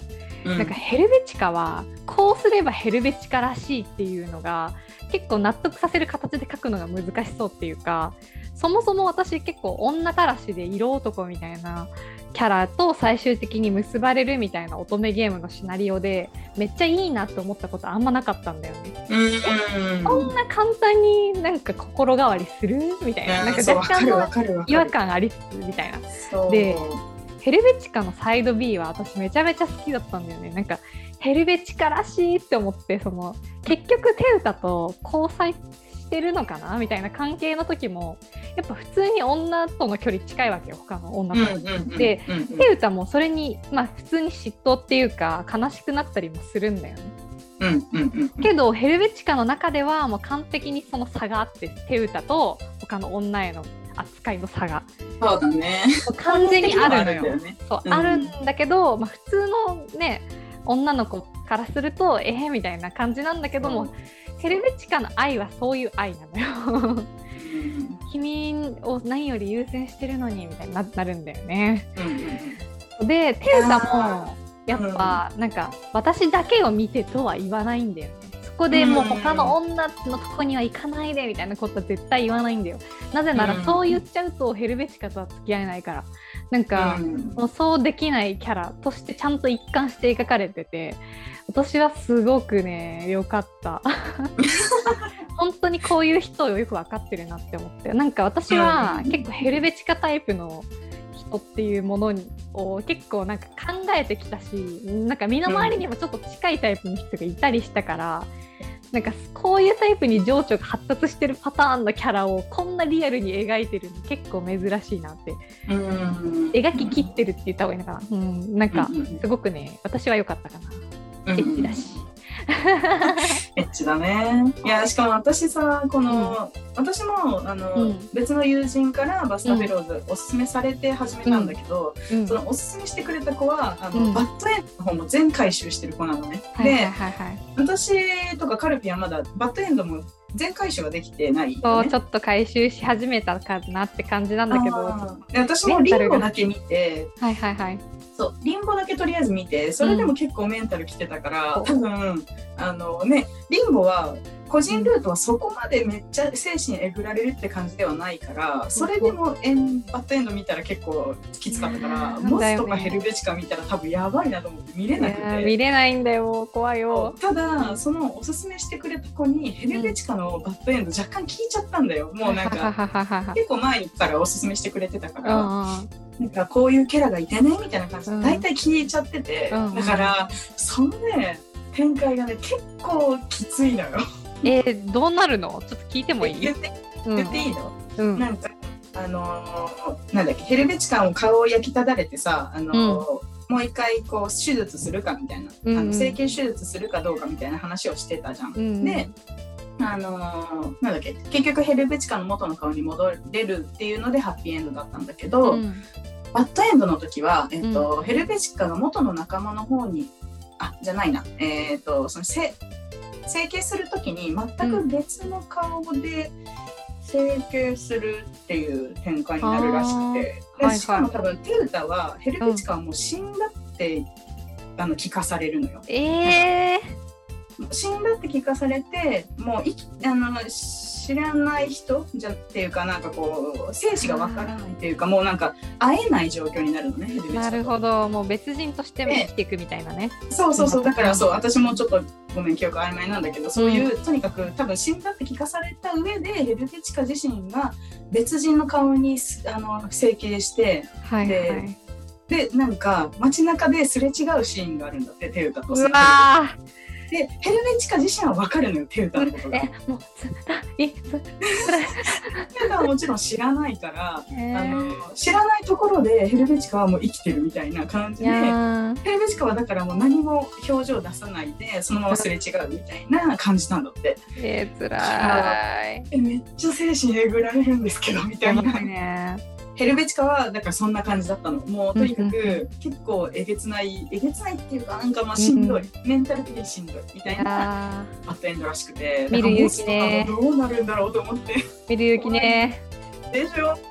なんかヘルベチカはこうすればヘルベチカらしいっていうのが結構納得させる形で書くのが難しそうっていうか、そもそも私結構女たらしで色男みたいなキャラと最終的に結ばれるみたいな乙女ゲームのシナリオでめっちゃいいなって思ったことあんまなかったんだよね。そんな簡単になんか心変わりするみたいな、なんか若干の違和感ありつつみたいな。でヘルベチカのサイド B は私めちゃめちゃ好きだったんだよね。なんかヘルベチカらしいって思って、その結局テウタと交際してるのかなみたいな関係の時もやっぱ普通に女との距離近いわけよ、他の女と。でテウタもそれにまあ普通に嫉妬っていうか悲しくなったりもするんだよね。けどヘルベチカの中ではもう完璧にその差があって、テウタと他の女への扱いの差がそうだね完全にあるのよ。そう、あるんだけど、まあ、普通のね女の子からするとみたいな感じなんだけども、ヘルベチカの愛はそういう愛なのよ君を何より優先してるのにみたいに なるんだよね。でテウタもやっぱなんか私だけを見てとは言わないんだよね。そこでもう他の女のとこには行かないでみたいなことは絶対言わないんだよ。なぜならそう言っちゃうとヘルベチカとは付き合えないから。なんかもうそうできないキャラとしてちゃんと一貫して描かれてて、私はすごくね良かった本当にこういう人をよく分かってるなって思って、なんか私は結構ヘルベチカタイプの人っていうものを結構なんか考えてきたし、なんか身の回りにもちょっと近いタイプの人がいたりしたから、なんかこういうタイプに情緒が発達してるパターンのキャラをこんなリアルに描いてるの結構珍しいなって、描ききってるって言った方がいいのかな、なんかすごくね私は良かったかな、エッチだしエッチだね。いやしかも私さこの、私も別の友人からバスタフェローズおすすめされて始めたんだけど、そのおすすめしてくれた子はバッドエンドの方も全回収してる子なのね。で、私とかカルピはまだバッドエンドも全回収はできてない、ね、 そうちょっと回収し始めたかなって感じなんだけど、 私もリンゴだけ見て、そうリンボだけとりあえず見て、それでも結構メンタルきてたから、多分リンボは個人ルートはそこまでめっちゃ精神えぐられるって感じではないから、それでもバッドエンド見たら結構きつかったから、モスとかヘルベチカ見たら多分やばいなと思って見れなくて、 見れないんだよ、怖いよ。 ただそのおすすめしてくれた子にヘルベチカのバッドエンド若干聞いちゃったんだよ。もうなんか結構前からおすすめしてくれてたから、なんかこういうキャラがいてねみたいな感じで大体聞いちゃってて、だからそのね展開がね結構きついのよ。 どうなるの？ちょっと聞いてもいい？ 言っていいの？なんかなんだっけ、ヘルベチカの顔を焼きただれてさ、もう一回こう手術するかみたいな、整形手術するかどうかみたいな話をしてたじゃん。でなんだっけ、結局ヘルベチカの元の顔に戻れるっていうのでハッピーエンドだったんだけど、バッドエンドの時は、ヘルベチカが元の仲間の方にじゃないな、その整形する時に全く別の顔で整形するっていう展開になるらしくて、しかも多分テウタはヘルベチカはもう死んだって聞かされるのよ。死んだって聞かされて、もう知らない人っていうか、なんかこう生死がわからないっていうか、もうなんか会えない状況になるのね、ヘルベチカ。なるほど、もう別人としても生きていくみたいなね。 そうだからそう、私もちょっとごめん記憶曖昧なんだけど、そういう、とにかく多分死んだって聞かされた上でヘルベチカ自身が別人の顔に整形して、でなんか街中ですれ違うシーンがあるんだって、テウタと。でヘルベチカ自身は分かるのよ、テウタのことが。もうテウタはもちろん知らないから、知らないところでヘルベチカはもう生きてるみたいな感じで、ヘルベチカはだからもう何も表情出さないでそのまますれ違うみたいな感じなんだって。 つらい。 めっちゃ精神えぐられるんですけどみたいな。ヘルベチカはだからそんな感じだったの。もうとにかく結構えげつないっていうか、なんかまあしんどい、メンタル的にしんどいみたいなバッドエンドらしくて、 見る勇気ね。 どうなるんだろうと思って。 見る勇気ね。 でしょ。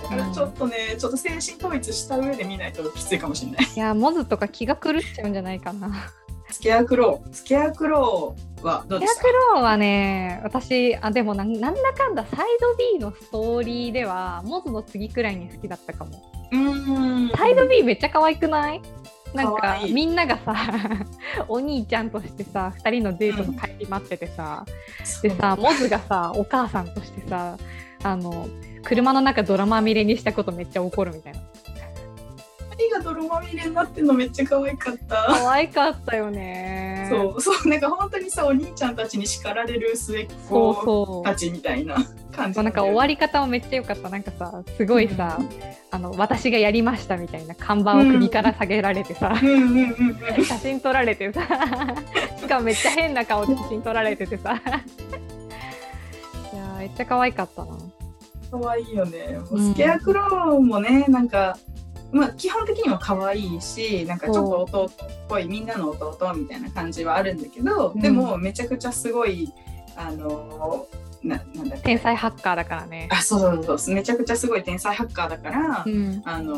だからちょっとね、ちょっと精神統一した上で見ないときついかもしれない。 いやモズとか気が狂っちゃうんじゃないかな。 スケアクローはどうでした？ スケアクローはね、私でもなんだかんだサイド B のストーリーではモズの次くらいに好きだったかも。サイド B めっちゃ可愛くない？なんかみんながさお兄ちゃんとしてさ2人のデートの帰り待っててさ、でさモズがさお母さんとしてさ車の中ドラマ見れにしたことめっちゃ怒るみたいな。 2人が泥まみれになってるのめっちゃ可愛かった。 可愛かったよね。 そうなんか本当にさ、お兄ちゃんたちに叱られる末っ子たちみたいな感じ。 なんか終わり方もめっちゃ良かった。なんかさすごいさ、私がやりましたみたいな看板を首から下げられてさ、写真撮られてさしかもめっちゃ変な顔で写真撮られててさいやめっちゃ可愛かったな。 可愛いよね。スケアクローもね、なんか基本的には可愛いし、なんかちょっと弟っぽいみんなの弟みたいな感じはあるんだけど、でもめちゃくちゃすごいなんだっけ、 天才ハッカーだからね。 そうめちゃくちゃすごい天才ハッカーだから、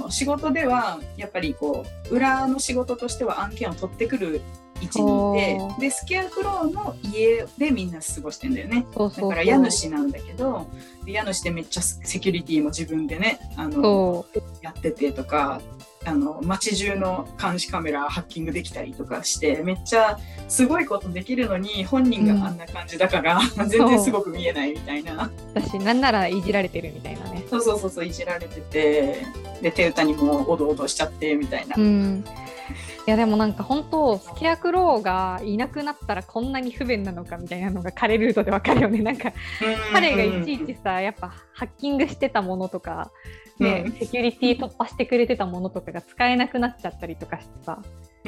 仕事ではやっぱりこう裏の仕事としては案件を取ってくる位置にいて、でスケアクローの家でみんな過ごしてんだよね。だから家主なんだけど、家主でめっちゃセキュリティも自分でねやっててとか、街中の監視カメラハッキングできたりとかしてめっちゃすごいことできるのに、本人があんな感じだから、全然すごく見えないみたいな。 私なんならいじられてるみたいなね。 そういじられてて、で手歌にもおどおどしちゃってみたいな。 いやでもなんか本当スケアクローがいなくなったらこんなに不便なのかみたいなのが彼ルートでわかるよね。なんか彼がいちいちさやっぱハッキングしてたものとか、ねセキュリティ突破してくれてたものとかが使えなくなっちゃったりとかしてさ、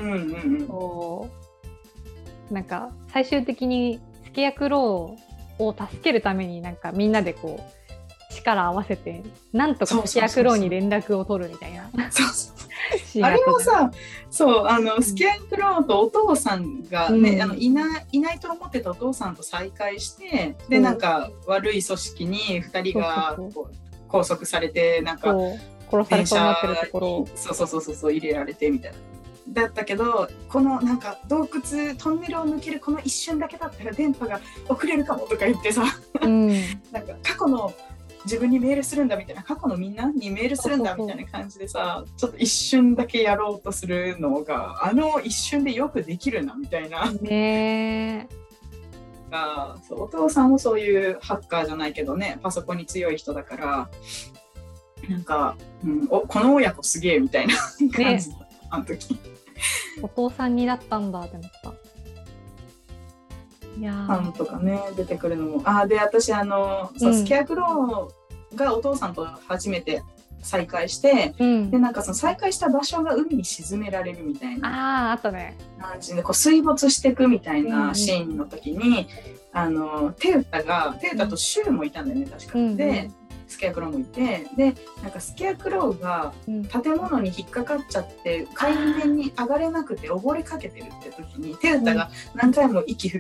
なんか最終的にスケアクローを助けるためになんかみんなでこう力合わせてなんとかスケアクローに連絡を取るみたいな。 あれもさ、スケアクローとお父さんがね、いないと思ってたお父さんと再会して、でなんか悪い組織に2人が拘束されて、なんか殺されそうになってるところを入れられてみたいな。だったけど、このなんか洞窟トンネルを抜けるこの一瞬だけだったら電波が遅れるかもとか言ってさ、なんか過去の自分にメールするんだみたいな、過去のみんなにメールするんだみたいな感じでさ、ちょっと一瞬だけやろうとするのが一瞬でよくできるなみたいな。 ねお父さんもそういうハッカーじゃないけどね、パソコンに強い人だから、なんか、この親子すげえみたいな感じだった、あの時。 お父さんになったんだって思った。いやとかね出てくるのもで、私スケアクローがお父さんと初めて再会して、でなんかその再会した場所が海に沈められるみたいなあとね感じでこう水没していくみたいなシーンの時に、テウタとシュウもいたんだよね確か。でスケアクローもいて、でなんかスケアクローが建物に引っかかっちゃって海面に上がれなくて溺れかけてるって時に、テウタが何回も呼吸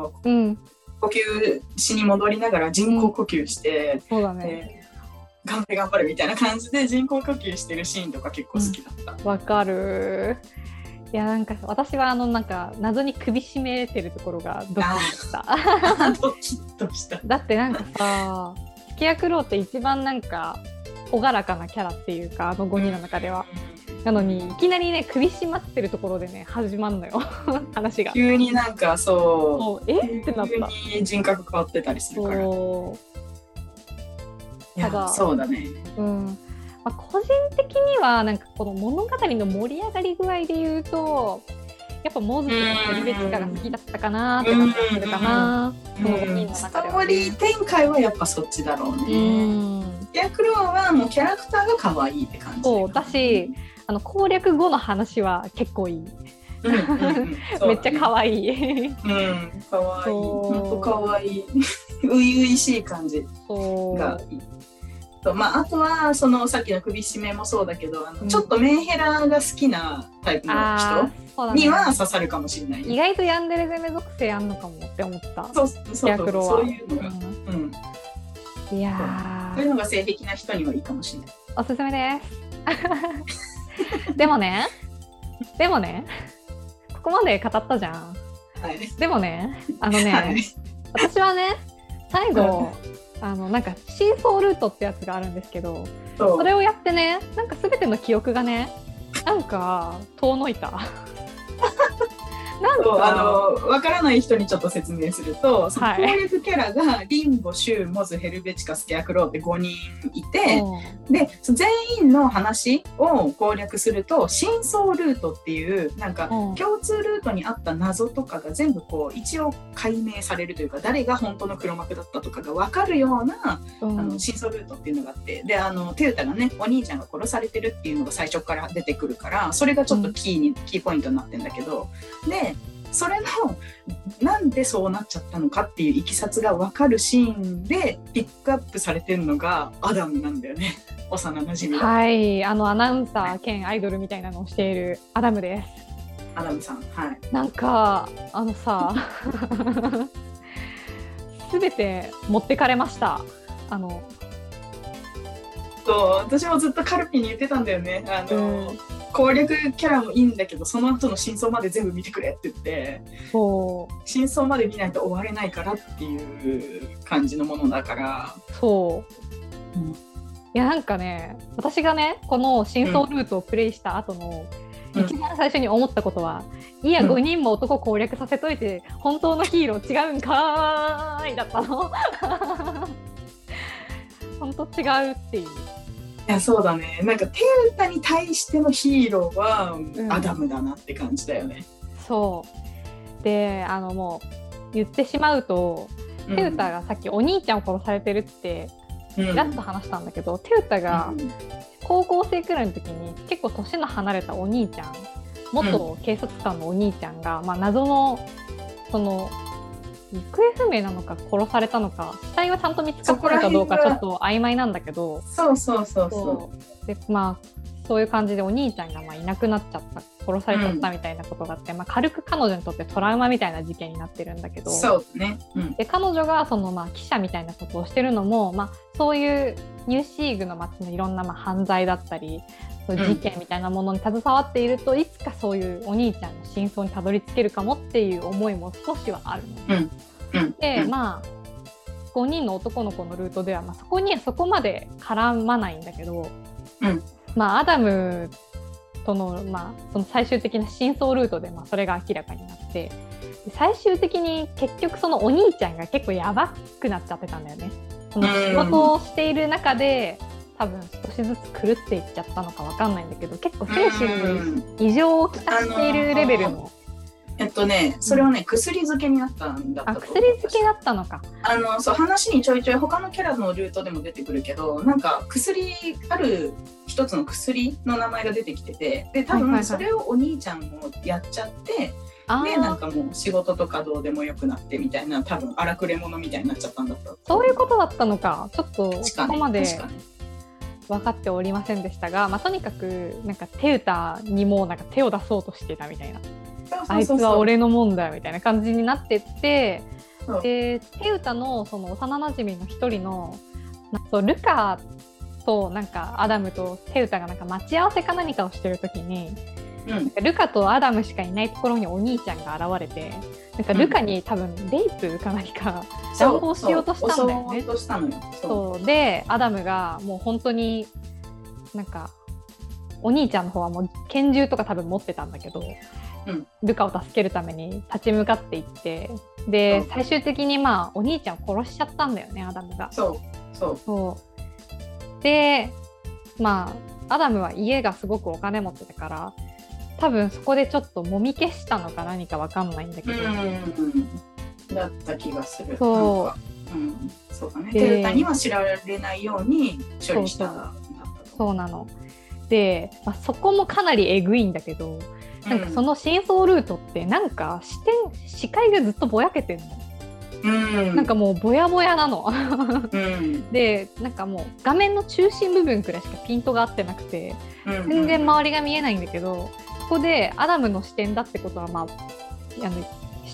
しに戻りながら人工呼吸して、頑張れみたいな感じで人工呼吸してるシーンとか結構好きだった。 わかる。いやなんか私はなんか謎に首絞めてるところがドキッとした。 ドキッとした。 だってなんかさスケアクローって一番なんか朗らかなキャラっていうか5人の中では、なのにいきなりね首絞まってるところでね始まるのよ話が。 急になんかってなった。 急に人格変わってたりするから。ただそうだね。 個人的にはなんかこの物語の盛り上がり具合で言うとやっぱモズとかリベチカが好きだったかなって感じがするかな。 ストーリー展開はやっぱそっちだろうね。スケアクローはもうキャラクターが可愛いって感じ。 そうだし攻略後の話は結構いい。めっちゃ可愛い。 可愛い。本当可愛い。初々しい感じがいい。あとはさっきの首絞めもそうだけどちょっとメンヘラが好きなタイプの人には刺さるかもしれない。 意外とヤンデレ攻め属性あんのかもって思った。 そういうのが。 いやそういうのが性癖な人にはいいかもしれない。 おすすめですでもねここまで語ったじゃん。 はい、 でもねはい、私はね最後なんか真相ルートってやつがあるんですけど、それをやってね、なんか全ての記憶がねなんか遠のいたなんか分からない人にちょっと説明すると、その攻略キャラがリンボ、シュウ、モズ、ヘルベチカ、スケアクロウって5人いて、で全員の話を攻略すると真相ルートっていうなんか共通ルートにあった謎とかが全部こう一応解明されるというか、誰が本当の黒幕だったとかが分かるような真相ルートっていうのがあって、でテウタがねお兄ちゃんが殺されてるっていうのが最初から出てくるから、それがちょっとキーポイントになってるんだけど、でそれのなんでそうなっちゃったのかっていういきさつが分かるシーンでピックアップされてるのがアダムなんだよね。幼なじみ。 はい、アナウンサー兼アイドルみたいなのをしているアダムです。 アダムさん、はい。 なんかさ全て持ってかれました。 私もずっとカルピに言ってたんだよね。攻略キャラもいいんだけど、その後の真相まで全部見てくれって言って、真相まで見ないと終われないからっていう感じのものだから。 そう、いやなんかね、私がねこの真相ルートをプレイした後の、一番最初に思ったことは、いや5人も男攻略させといて本当のヒーロー違うんかーいだったの本当違うっていう。 いやそうだね、なんかテウタに対してのヒーローはアダムだなって感じだよね。 そうでもう言ってしまうと、テウタがさっきお兄ちゃんを殺されてるってちらっと話したんだけど、テウタが高校生くらいの時に結構年の離れたお兄ちゃん、元警察官のお兄ちゃんが、謎のその行方不明なのか殺されたのか、死体はちゃんと見つかったのかどうかちょっと曖昧なんだけど、でそういう感じでお兄ちゃんがいなくなっちゃった、殺されちゃったみたいなことがあって、軽く彼女にとってトラウマみたいな事件になってるんだけど、 そうね、 で彼女がその記者みたいなことをしてるのも、そういうニューシーグの街のいろんな犯罪だったり事件みたいなものに携わっていると、いつかそういうお兄ちゃんの真相にたどり着けるかもっていう思いも少しはあるので、で5人の男の子のルートでは、そこにはそこまで絡まないんだけど、アダムとの、その最終的な真相ルートでそれが明らかになって、最終的に結局そのお兄ちゃんが結構やばくなっちゃってたんだよね。その仕事をしている中で多分少しずつ狂っていっちゃったのか分かんないんだけど、結構精神に異常をきたしているレベルの、 それはね、薬漬けになったんだったと思う。 薬漬けだったのか。 そう、話にちょいちょい他のキャラのルートでも出てくるけど、なんかある一つの薬の名前が出てきてて、で多分それをお兄ちゃんもやっちゃって、でなんかもう仕事とかどうでもよくなってみたいな、多分荒くれ者みたいになっちゃったんだった。 そういうことだったのか。ちょっとそこまで分かっておりませんでしたが、とにかくなんかテウタにもなんか手を出そうとしてたみたいな、あいつは俺のもんだみたいな感じになってって、でテウタのその幼なじみの一人のルカとなんかアダムとテウタがなんか待ち合わせか何かをしてる時に、ルカとアダムしかいないところにお兄ちゃんが現れて、なんかルカに多分レイプか何か乱暴しようとしたんだよね。そうでアダムがもう本当になんかお兄ちゃんの方はもう拳銃とか多分持ってたんだけど、ルカを助けるために立ち向かっていって、で最終的にお兄ちゃんを殺しちゃったんだよね、アダムが。でアダムは家がすごくお金持ってたから、多分そこでちょっともみ消したのか何か分かんないんだけど、 だった気がする。そうだね。テウタには知られないように処理したんだったと。 そうなの。で、そこもかなりえぐいんだけど、なんかその真相ルートってなんか視界がずっとぼやけてんの。なんかもうぼやぼやなの。で、なんかもう画面の中心部分くらいしかピントが合ってなくて、全然周りが見えないんだけど、ここでアダムの視点だってことは視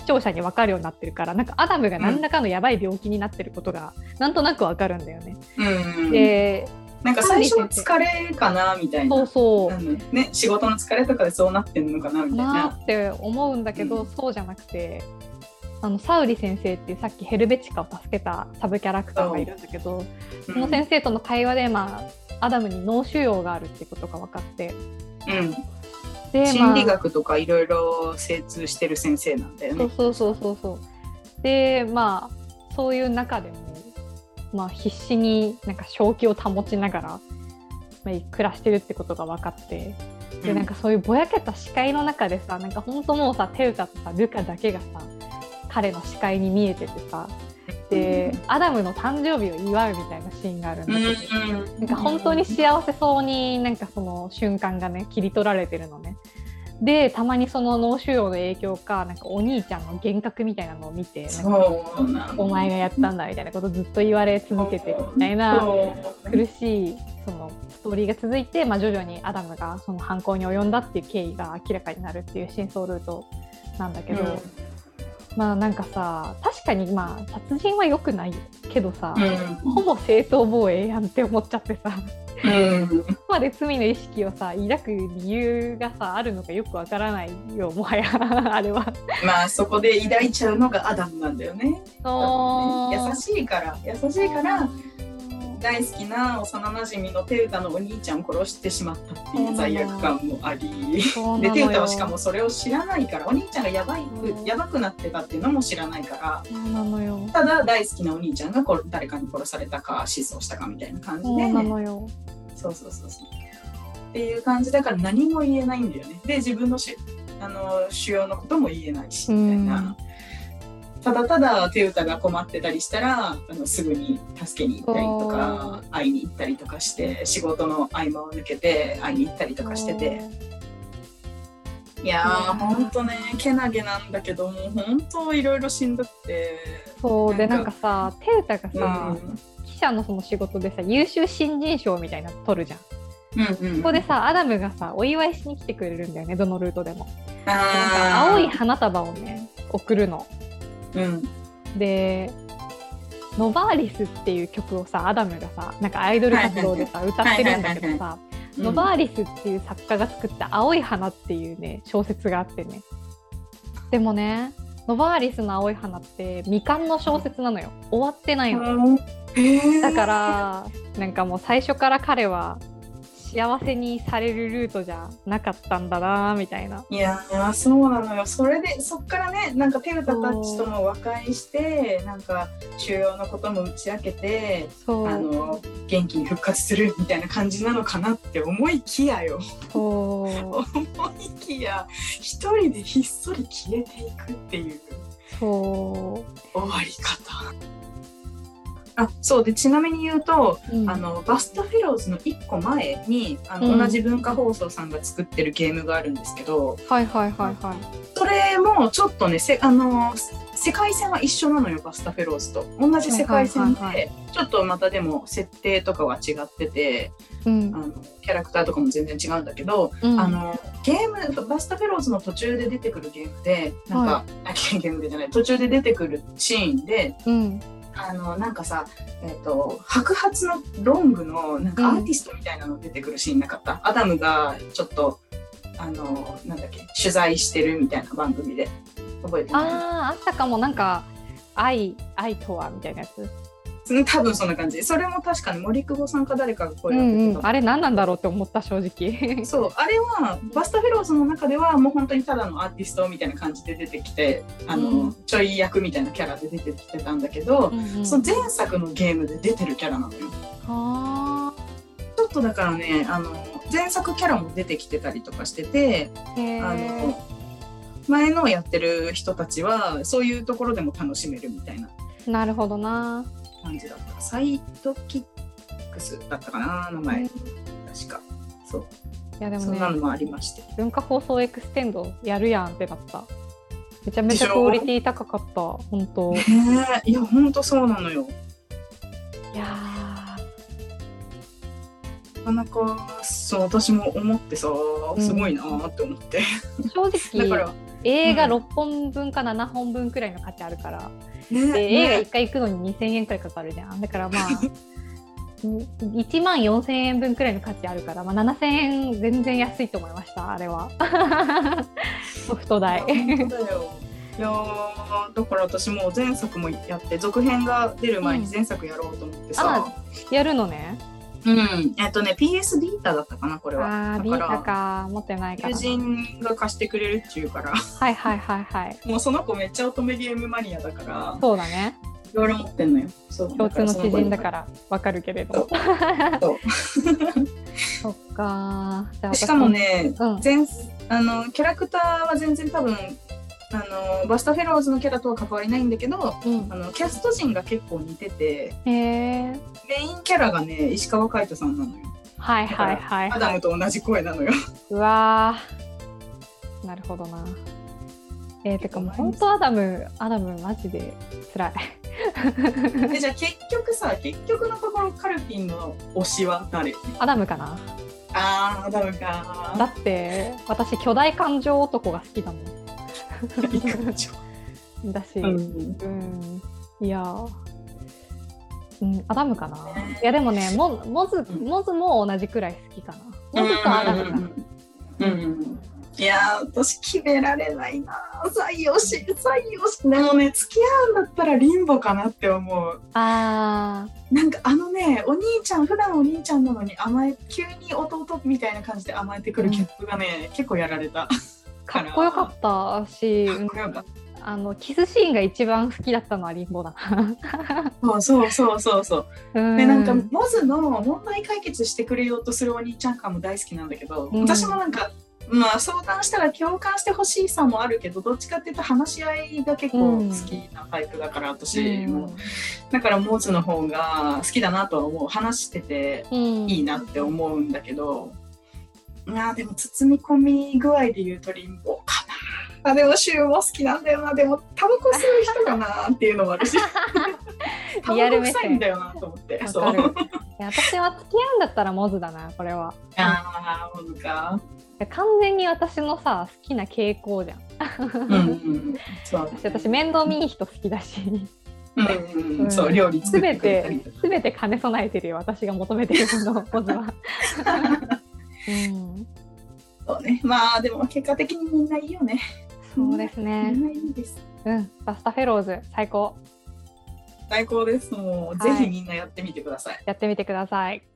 視聴者に分かるようになってるから、なんかアダムが何らかのやばい病気になってることがなんとなく分かるんだよね。でなんか最初は疲れかなみたいな、 そうそう、 ね、仕事の疲れとかでそうなってんのかなみたいなって思うんだけど、そうじゃなくて、サウリ先生っていうさっきヘルベチカを助けたサブキャラクターがいるんだけど、その先生との会話で、アダムに脳腫瘍があるってことが分かって、 で心理学とかいろいろ精通してる先生なんだよね。 そうでそういう中でも、必死になんか正気を保ちながら、暮らしてるってことが分かって、でなんかそういうぼやけた視界の中でさ、なんか本当もうさテウタとさルカだけがさ彼の視界に見えててさ、でアダムの誕生日を祝うみたいなシーンがあるんだけど、なんか本当に幸せそうになんかその瞬間がね切り取られてるのね。でたまにその脳腫瘍の影響か、なんかお兄ちゃんの幻覚みたいなのを見て、お前がやったんだみたいなことずっと言われ続けてるみたいな苦しいそのストーリーが続いて、徐々にアダムがその犯行に及んだっていう経緯が明らかになるっていう真相ルートなんだけど、なんかさ、確かに殺人は良くないけどさ、ほぼ正当防衛やんって思っちゃってさ、ここまで罪の意識をさ抱く理由がさあるのかよくわからないよ、もはやあれは。 そこで抱いちゃうのがアダムなんだよね。優しいから大好きな幼なじみのテウタのお兄ちゃんを殺してしまったっていう罪悪感もあり、でテウタはしかもそれを知らないから、お兄ちゃんがやばくなってたっていうのも知らないから、ただ大好きなお兄ちゃんが誰かに殺されたか失踪したかみたいな感じで、そうっていう感じだから何も言えないんだよね。で自分の腫瘍のことも言えないしみたいな。ただただテウタが困ってたりしたらすぐに助けに行ったりとか会いに行ったりとかして、仕事の合間を抜けて会いに行ったりとかしてて、いやーほんとねけなげなんだけど、もうほんといろいろしんどくて、 なんかさテウタがさ、記者のその仕事でさ優秀新人賞みたいなの取るじゃん。ここでさアダムがさお祝いしに来てくれるんだよね、どのルートでも。なんか青い花束をね送るの。でノバーリスっていう曲をさアダムがさなんかアイドル活動でさ歌ってるんだけどさ、ノバーリスっていう作家が作った青い花っていうね小説があってね、でもねノバーリスの青い花って未完の小説なのよ、終わってないの。だからなんかもう最初から彼は幸せにされるルートじゃなかったんだなみたいな。 いやそうなのよ。それでそっからねなんかテウタたちとも和解して、なんか腫瘍のことも打ち明けて元気に復活するみたいな感じなのかなって思いきやよ。思いきや一人でひっそり消えていくっていう終わり方。そうで、ちなみに言うと、バスタフェローズの1個前に同じ文化放送さんが作ってるゲームがあるんですけど、それもちょっとね世界線は一緒なのよ、バスタフェローズと同じ世界線で、ちょっとまたでも設定とかは違ってて、キャラクターとかも全然違うんだけど、ゲームバスタフェローズの途中で出てくるゲームでなんか、ゲームでじゃない途中で出てくるシーンで、なんかさ、白髪のロングのなんかアーティストみたいなの出てくるシーンなかった？アダムがちょっとなんだっけ取材してるみたいな番組で覚えてない？ あったかも。なんか愛とはみたいなやつ。 多分そんな感じ。それも確かに森久保さんか誰かが声をかけてた、 あれ何なんだろうって思った、正直。 そう、あれはバスタフェローズの中ではもう本当にただのアーティストみたいな感じで出てきて、ちょい役みたいなキャラで出てきてたんだけど、その前作のゲームで出てるキャラなのよ。ちょっとだからね前作キャラも出てきてたりとかしてて、前のやってる人たちはそういうところでも楽しめるみたいな。 なるほどな。 感じだった。サイドキックスだったかな、名前。確か。そう。いやでもね、そんなのもありまして。 文化放送エクステンドやるやんってなった。めちゃめちゃクオリティ高かった。本当。 いや本当そうなのよ。 いやなかなかそう私も思ってさ、すごいなって思って。 正直。 だから。 映画6本分か7本分くらいの価値あるから、 ね、 で映画1回行くのに2000円くらいかかるじゃん。だからまあ1万4000円分くらいの価値あるから、まあ、7000円全然安いと思いました、あれは。ソフト代。 本当だよ。いやだから私もう前作もやって続編が出る前に前作やろうと思ってさ、 やるのね。 PS ビータだったかなこれは。 ビータか、持ってないから。 友人が貸してくれるっていうから。 はいはいはいはい。 もうその子めっちゃ乙女ゲームマニアだから。 そうだね。 いろいろ持ってんのよ。 共通の知人だからわかるけれど。そっか。 しかもね、キャラクターは全然多分バスタフェローズのキャラとは関わりないんだけど、キャスト陣が結構似てて、メインキャラがね石川海人さんなのよ。 はいはいはい。 アダムと同じ声なのよ。 うわー、なるほどな。てかもう本当アダムマジで辛い。 じゃあ結局のところカルピンの推しは誰？ アダムかな。 アダムか。 だって私巨大感情男が好きだもん。だし、いや、アダムかな。いやでもね、モズも同じくらい好きかな。モズとアダムかな。 いや私決められないな。最推しでもね、付き合うんだったらリンボかなって思う。なんかお兄ちゃん、普段お兄ちゃんなのに急に弟みたいな感じで甘えてくるキャップがね、結構やられた。 かっこよかったし、キスシーンが一番好きだったのはリンボだな。そう。 でなんかモズの問題解決してくれようとするお兄ちゃん感も大好きなんだけど、私もなんかまあ相談したら共感してほしいさもあるけど、どっちかっていうと話し合いが結構好きなタイプだから、私もだからモズの方が好きだなとは思う。話してていいなって思うんだけど、でも包み込み具合で言うとリンボかな。でもシュウも好きなんだよな。でもタバコ吸う人かなっていうのもあるしタバコ臭いんだよなと思って。私は付き合うんだったらモズだな、これは。 モズか。 完全に私のさ好きな傾向じゃん。私面倒見いい人好きだし、 そう料理作ってくれたりとか全て兼ね備えてるよ、私が求めてるものモズは。 そうね、まあでも結果的にみんないいよね。 そうですね。 みんないいです。 バスタフェローズ最高です。もう、ぜひみんなやってみてください。 やってみてください。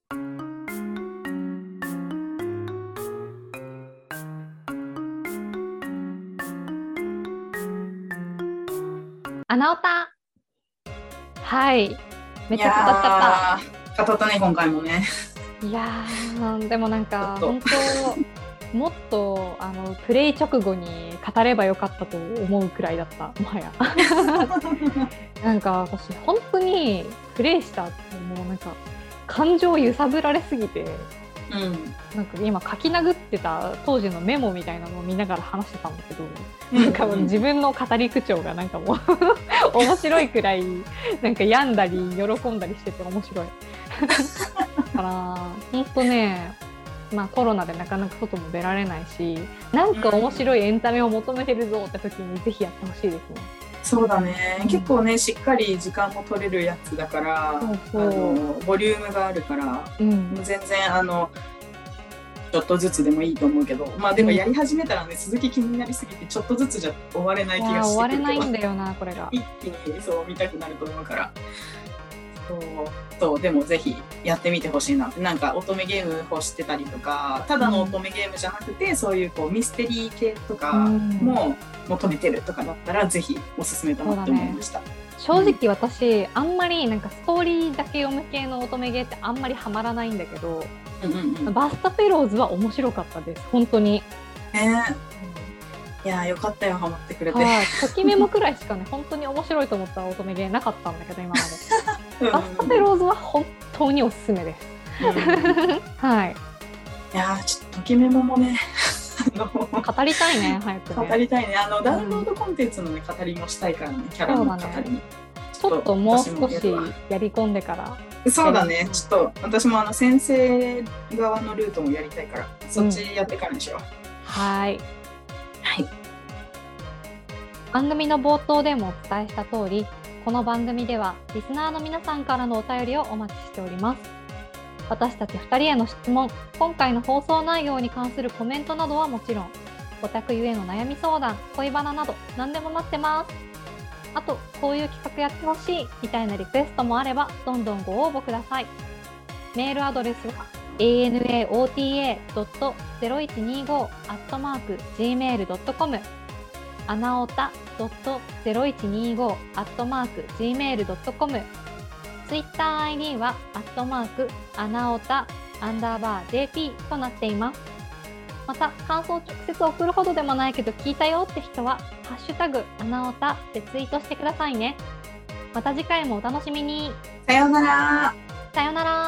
穴オタ。はい。めっちゃ語っちゃった。語ったね今回もね。 いやでもなんか本当もっとプレイ直後に語ればよかったと思うくらいだった、もはや。なんか私本当にプレイした後もうなんか感情揺さぶられすぎて、なんか今書き殴ってた当時のメモみたいなのを見ながら話してたんだけど、なんかもう自分の語り口調がなんかもう面白いくらいなんか病んだり喜んだりしてて面白い。だから本当ね、コロナでなかなか外も出られないし、なんか面白いエンタメを求めてるぞって時にぜひやってほしいですね。そうだね、 結構ねしっかり時間も取れるやつだから、ボリュームがあるから、全然ちょっとずつでもいいと思うけど、でもやり始めたらね、続き気になりすぎてちょっとずつじゃ終われない気がしてくるけど、終われないんだよなこれが。一気にそう見たくなると思うから。でもぜひやってみてほしいな。なんか乙女ゲーム欲してたりとか、ただの乙女ゲームじゃなくて、そういうミステリー系とかも求めてるとかだったら、ぜひおすすめだなって思いました。正直私、あんまりなんかストーリーだけ読む系の乙女ゲーってあんまりハマらないんだけど、バスタフェローズは面白かったです本当に。いやよかったよ、ハマってくれて。ときメモくらいしかね本当に面白いと思った乙女ゲーなかったんだけど今まで。バスタフェローズは本当におすすめです。はい。いやちょっとときメモもね語りたいね、早くね。語りたいね。ダウンロードコンテンツのね語りもしたいからね、キャラの語りに。ちょっともう少しやり込んでから。そうだね、ちょっと私も先生側のルートもやりたいから、そっちやってからにしよう。はい。はい。 番組の冒頭でもお伝えした通り、この番組ではリスナーの皆さんからのお便りをお待ちしております。私たち2人への質問、今回の放送内容に関するコメントなどはもちろん、オタクゆえの悩み相談、恋バナなど何でも待ってます。あと、こういう企画やってほしいみたいなリクエストもあれば、どんどんご応募ください。メールアドレスは anaota.0125@gmail.com、anaota.0125@gmail.com、ツイッター ID は@anaota_jp となっています。また、感想を直接送るほどでもないけど聞いたよって人はハッシュタグanaotaでツイートしてくださいね。また次回もお楽しみに。 さようなら。 さようなら。